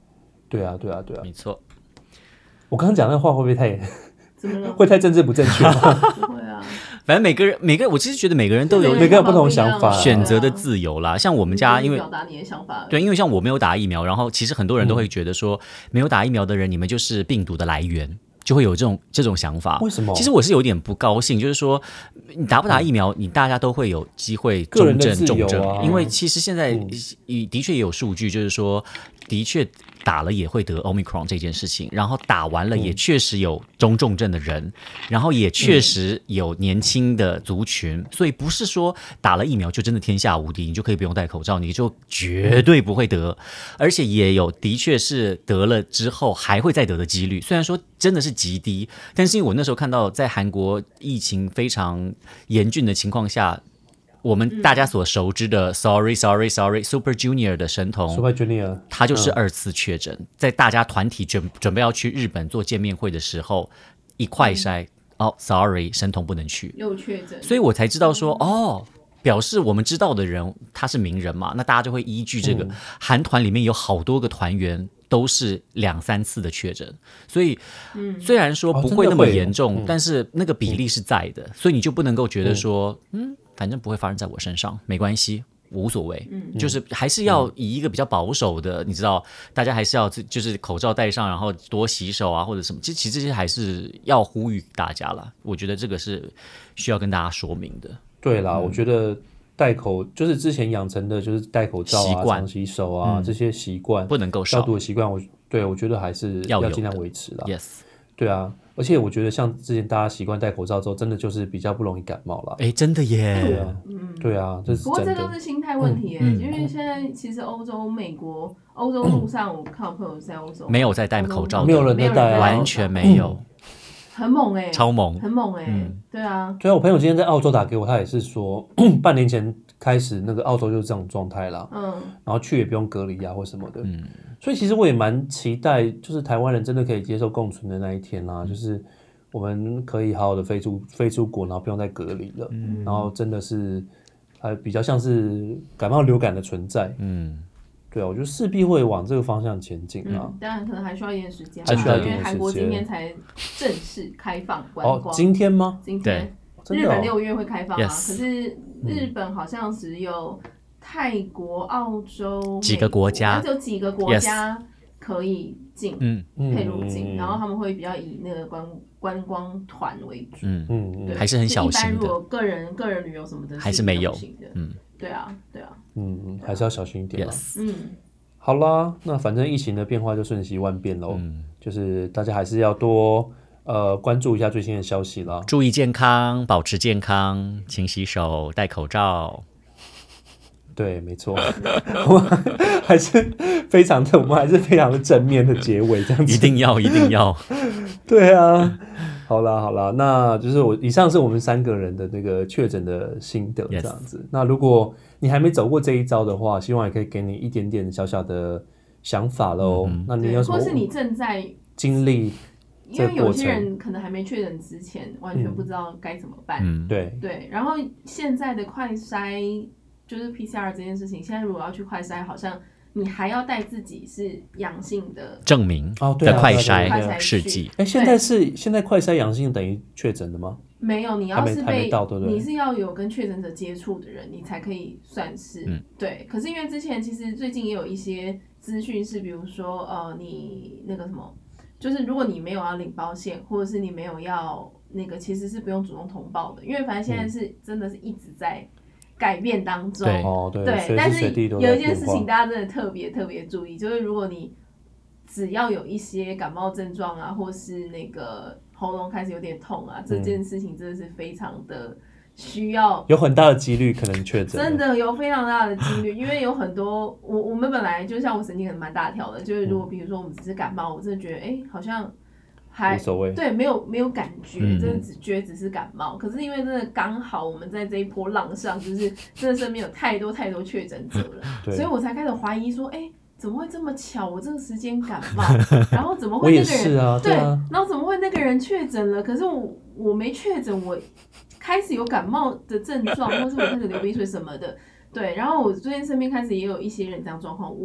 对啊，对啊，对啊， 没错。 我刚刚讲那话会不会太怎么了？ 会太政治不正确吗？ 不会啊， 反正每个人每个，我其实觉得每个人都有每个人不同想法， 选择的自由啦。像我们家，因为表达你的想法， 对，因为像我没有打疫苗，然后其实很多人都会觉得说，没有打疫苗的人，你们就是病毒的来源。就会有这种这种想法。 为什么？ 其实我是有点不高兴，就是说你打不打疫苗，嗯、你大家都会有机会重症、啊、重症，因为其实现在的确也有数据，就是说的确打了也会得 Omicron 这件事情，然后打完了也确实有中重症的人，嗯、然后也确实有年轻的族群，嗯、所以不是说打了疫苗就真的天下无敌，你就可以不用戴口罩，你就绝对不会得，而且也有的确是得了之后还会再得的几率，虽然说真的是极低，但是因为我那时候看到在韩国疫情非常严峻的情况下，我们大家所熟知的 Sorry Sorry Sorry Super Junior 的神童 Super Junior 他就是二次确诊，嗯、在大家团体准准备要去日本做见面会的时候，一快筛，嗯、哦 Sorry 神童不能去， 又确诊， 所以我才知道说哦。表示我们知道的人他是名人嘛，那大家就会依据这个。韩团里面有好多个团员都是两三次的确诊，所以虽然说不会那么严重，哦、但是那个比例是在的，嗯、所以你就不能够觉得说，嗯，反正不会发生在我身上，没关系。无所谓，嗯、就是还是要以一个比较保守的，嗯、你知道，大家还是要就是口罩戴上，然后多洗手啊，或者什么，其实这些还是要呼吁大家啦。我觉得这个是需要跟大家说明的。 对啦，嗯、我觉得戴口就是之前养成的，就是戴口罩啊、常洗手啊、嗯、这些习惯， 不能够少。 消毒的习惯，我对我觉得还是要尽量维持啦。 Yes， 对啊，而且我觉得像之前大家习惯戴口罩之后，真的就是比较不容易感冒啦。 哎，真的耶。 对啊，嗯，对啊，这是不过这都是心态问题耶，嗯、因为现在其实欧洲、美国、欧洲路上，我看我朋友在欧洲没有在戴口罩的， 没有人在戴啊， 完全没有。 嗯很猛哎、欸， 超猛， 很猛哎、欸， 嗯， 对啊， 对啊，我朋友今天在澳洲打给我，他也是说，半年前开始那个澳洲就是这种状态啦，嗯，然后去也不用隔离啊或什么的，嗯，所以其实我也蛮期待，就是台湾人真的可以接受共存的那一天啦、啊，嗯、就是我们可以好好的飞出飞出国，然后不用再隔离了，嗯，然后真的是还比较像是感冒流感的存在，嗯。对啊，我觉得势必会往这个方向前进啊。 嗯，当然可能还需要一点时间， 还需要一点时间， 因为韩国今天才正式开放观光。 哦，今天吗？ 今天， 对， 日本六月会开放啊。 哦、 可是日本好像只有泰国、澳洲几个国家， 只有几个国家可以进，嗯，可以入境，嗯、然后他们会比较以那个观观光团为主，嗯嗯，还是很小心的。 一般如果个人个人旅游什么的， 还是没有，嗯。 对啊，对啊， 嗯，还是要小心一点啦。 Yes. 嗯， 好啦，那反正疫情的变化就瞬息万变喽，嗯、就是大家还是要多呃关注一下最新的消息啦， 注意健康，保持健康，勤洗手，戴口罩。 对，没错，我还是非常的，我们还是非常的正面的结尾，这样子， 一定要，一定要。 对啊。好啦好啦，那就是我以上是我们三个人的那个确诊的心得这样子。Yes. 那如果你还没走过这一招的话，希望也可以给你一点点小小的想法咯。嗯、那你有什么？ 或是你正在经历？ 因为有些人可能还没确诊之前，完全不知道该怎么办。 嗯，对对。然后现在的快筛就是 P C R 这件事情，现在如果要去快筛，好像你还要带自己是阳性的证明的快筛试剂。 哎，现在是现在快筛阳性等于确诊的吗？ 没有，你要是被到对对你是要有跟确诊者接触的人，你才可以算是、嗯、对。可是因为之前其实最近也有一些资讯是，比如说呃，你那个什么，就是如果你没有要领保险，或者是你没有要那个，其实是不用主动通报的，因为反正现在是、嗯、真的是一直在改变当中， 对，哦、对, 对但是有一件事情大家真的特别特别注意，就是如果你只要有一些感冒症状啊，或是那个喉咙开始有点痛啊，嗯、这件事情真的是非常的需要， 有很大的几率可能确诊， 真的有非常大的几率，因为有很多我我们本来就像我神经可能蛮大条的，就是如果比如说我们只是感冒，我真的觉得哎、欸、好像。还无所谓， 对，没有没有感觉，真的只觉得只是感冒。嗯、可是因为真的刚好我们在这一波浪上，就是真的身边有太多太多确诊者了，所以我才开始怀疑说，哎、欸，怎么会这么巧？我这个时间感冒，然后怎么会那个人是啊，对啊， 然后怎么会那个人确诊了？可是我我没确诊，我开始有感冒的症状，或是我开始流鼻水什么的，对。然后我最近身边开始也有一些人这样状况，我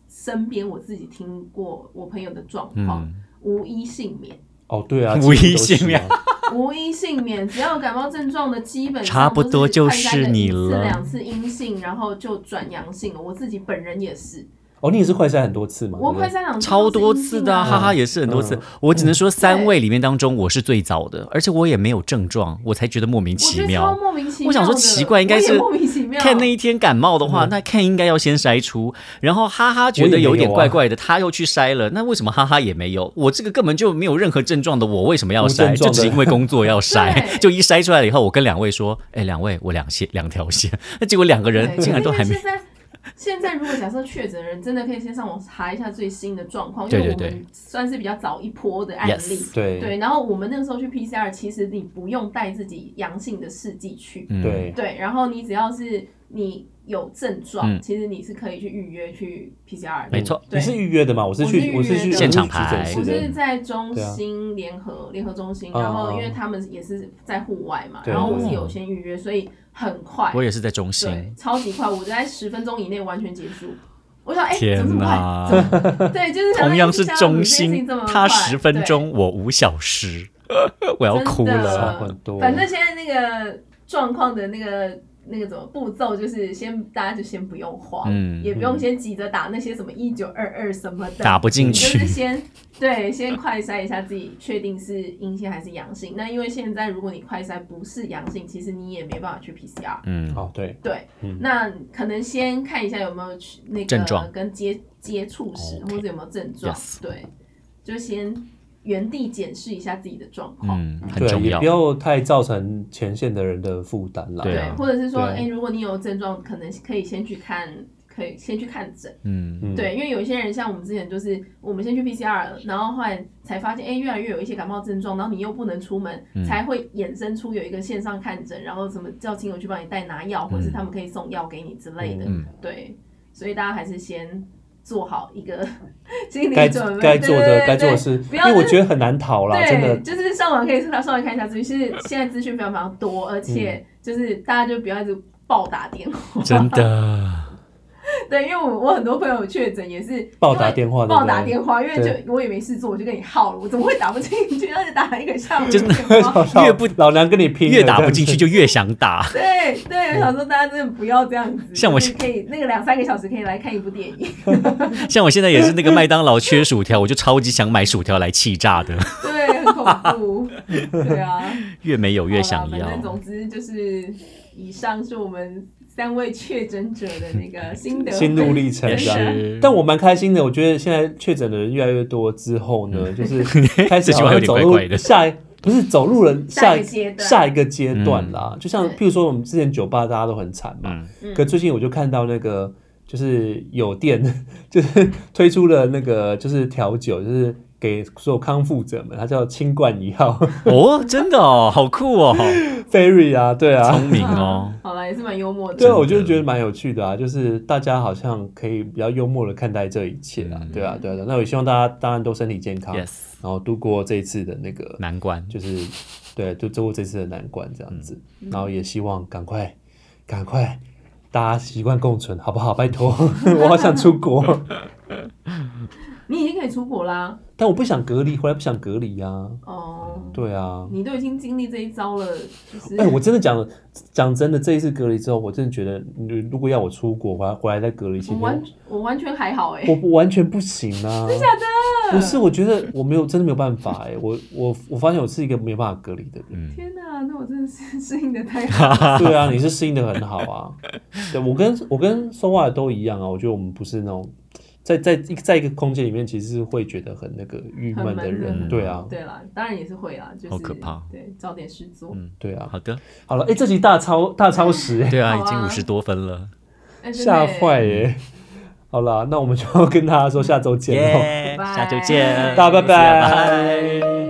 身边我自己听过我朋友的状况，嗯、无一幸免。 哦，对啊， 无一幸免， 无一幸免。只要有感冒症状的，基本上差不多就是你了， 一次两次阴性，然后就转阳性了。我自己本人也是。 哦，你也是快筛很多次吗？ 我快筛两次、 啊，超多次的、啊，哈哈，也是很多次。嗯、我只能说三位里面当中，我是最早的，而且我也没有症状，我才觉得莫名其妙。 我觉得超莫名其妙。 我想说奇怪，应该是莫名其妙。 看那一天感冒的话，嗯、那看应该要先筛出，然后哈哈觉得有点怪怪的，啊、他又去筛了。那为什么哈哈也没有？我这个根本就没有任何症状的，我为什么要筛？就只因为工作要筛，就一筛出来了以后，我跟两位说，哎，两位我两线两条线，那结果两个人竟然都还没。 现在如果假设确诊的人真的可以先上网查一下最新的状况，因为我们算是比较早一波的案例， yes, 对对。然后我们那个时候去 P C R， 其实你不用带自己阳性的试剂去， 嗯、对对。然后你只要是你有症状，嗯、其实你是可以去预约去 P C R 的。 没错， 你是预约的吗？我是去，我是去现场排， 我是在中心联合联合中心，然后因为他们也是在户外嘛，然后我是有先预约，所以很快。 我也是在中心， 对，超级快，我在十分钟以内完全结束。我想，哎、欸， 天哪！对，就是同样是中心，他十分钟，我五小时，我要哭了。 很多。 反正现在那个状况的那个那个怎么步骤，就是先大家就先不用慌，嗯、也不用先急着打那些什么一九二二什么的， 打不进去。 就是先对，先快筛一下自己，确定是阴性还是阳性。那因为现在如果你快筛不是阳性，其实你也没办法去 P C R。 嗯，哦，对对，嗯、那可能先看一下有没有那个跟接接触史， okay, 或者有没有症状。 yes. 对，就先原地检视一下自己的状况， 嗯，很重要， 也不要太造成前线的人的负担啦。 对，啊、或者是说，哎、欸，如果你有症状，可能可以先去看。可以先去看诊，嗯，对，因为有一些人像我们之前就是我们先去 P C R 了，然后后来才发现，哎、欸，越来越有一些感冒症状，然后你又不能出门，嗯、才会衍生出有一个线上看诊，然后什么叫亲友去帮你带拿药，嗯、或者是他们可以送药给你之类的，嗯、对，所以大家还是先做好一个心理准备， 该做的该做的事，因为我觉得很难逃啦，真的， 就是上网可以稍微看一下资讯，其实现在资讯非常非常多，而且就是大家就不要一直暴打电话， 真的。 对，因为我我很多朋友确诊也是暴打电话， 暴打电话，因为就我也没事做，我就跟你耗了，我怎么会打不进去？而且打了一个下午， 真的越不老娘跟你拼， 越打不进去就越想打。 对对，我想说大家真的不要这样子， 像我可以那个两三个小时可以来看一部电影。 像我现在也是那个麦当劳缺薯条，我就超级想买薯条来气炸的。 对，很恐怖。对啊， 越没有越想要。 反正总之就是以上是我们三位确诊者的那个心得心路历程，但我蛮开心的。我觉得现在确诊的人越来越多之后呢，嗯、就是开始好像走入下一不是走入了下一下一个阶段啦。嗯、就像譬如说我们之前酒吧大家都很惨嘛，嗯、可最近我就看到那个就是有店就是推出了那个就是调酒，就是给所有康复者们，它叫清冠一号。 哦，真的哦，好酷哦。 Ferry 啊，对啊， 聪明哦。 好啦，也是蛮幽默的。 对啊，我就觉得蛮有趣的啊，就是大家好像可以比较幽默的看待这一切啊，嗯、对啊，对啊，对啊。那我也希望大家当然都身体健康， yes. 然后度过这一次的那个难关， 就是对，就度过这次的难关这样子。嗯、然后也希望赶快赶快大家习惯共存，好不好？拜托，我好想出国。 你已经可以出国啦， 但我不想隔离，回来不想隔离啊。 哦， 对啊， 你都已经经历这一招了，就是。 哎、欸，我真的讲讲真的，这一次隔离之后，我真的觉得，如果要我出国，回来回来再隔离期间， 我完我完全还好哎、 欸，我完全不行啊！ 真的假的？ 不是，我觉得我没有真的没有办法哎、欸，我我我发现我是一个没办法隔离的人。 嗯、天哪，那我真的是适应的太好了。 对啊，你是适应的很好啊。对，我跟我跟说话的都一样啊，我觉得我们不是那种。在在一在一个空间里面，其实是会觉得很那个郁闷的人，对啊， 对啦，当然也是会啦，就是好可怕， 对，找点事做， 嗯，对啊， 好的， 好了，哎、欸，这集大超大超时、欸， 对啊，已经五十多分了， 吓坏耶！好啦，那我们就跟大家说下周见喽， yeah, 下周见， 大家拜拜。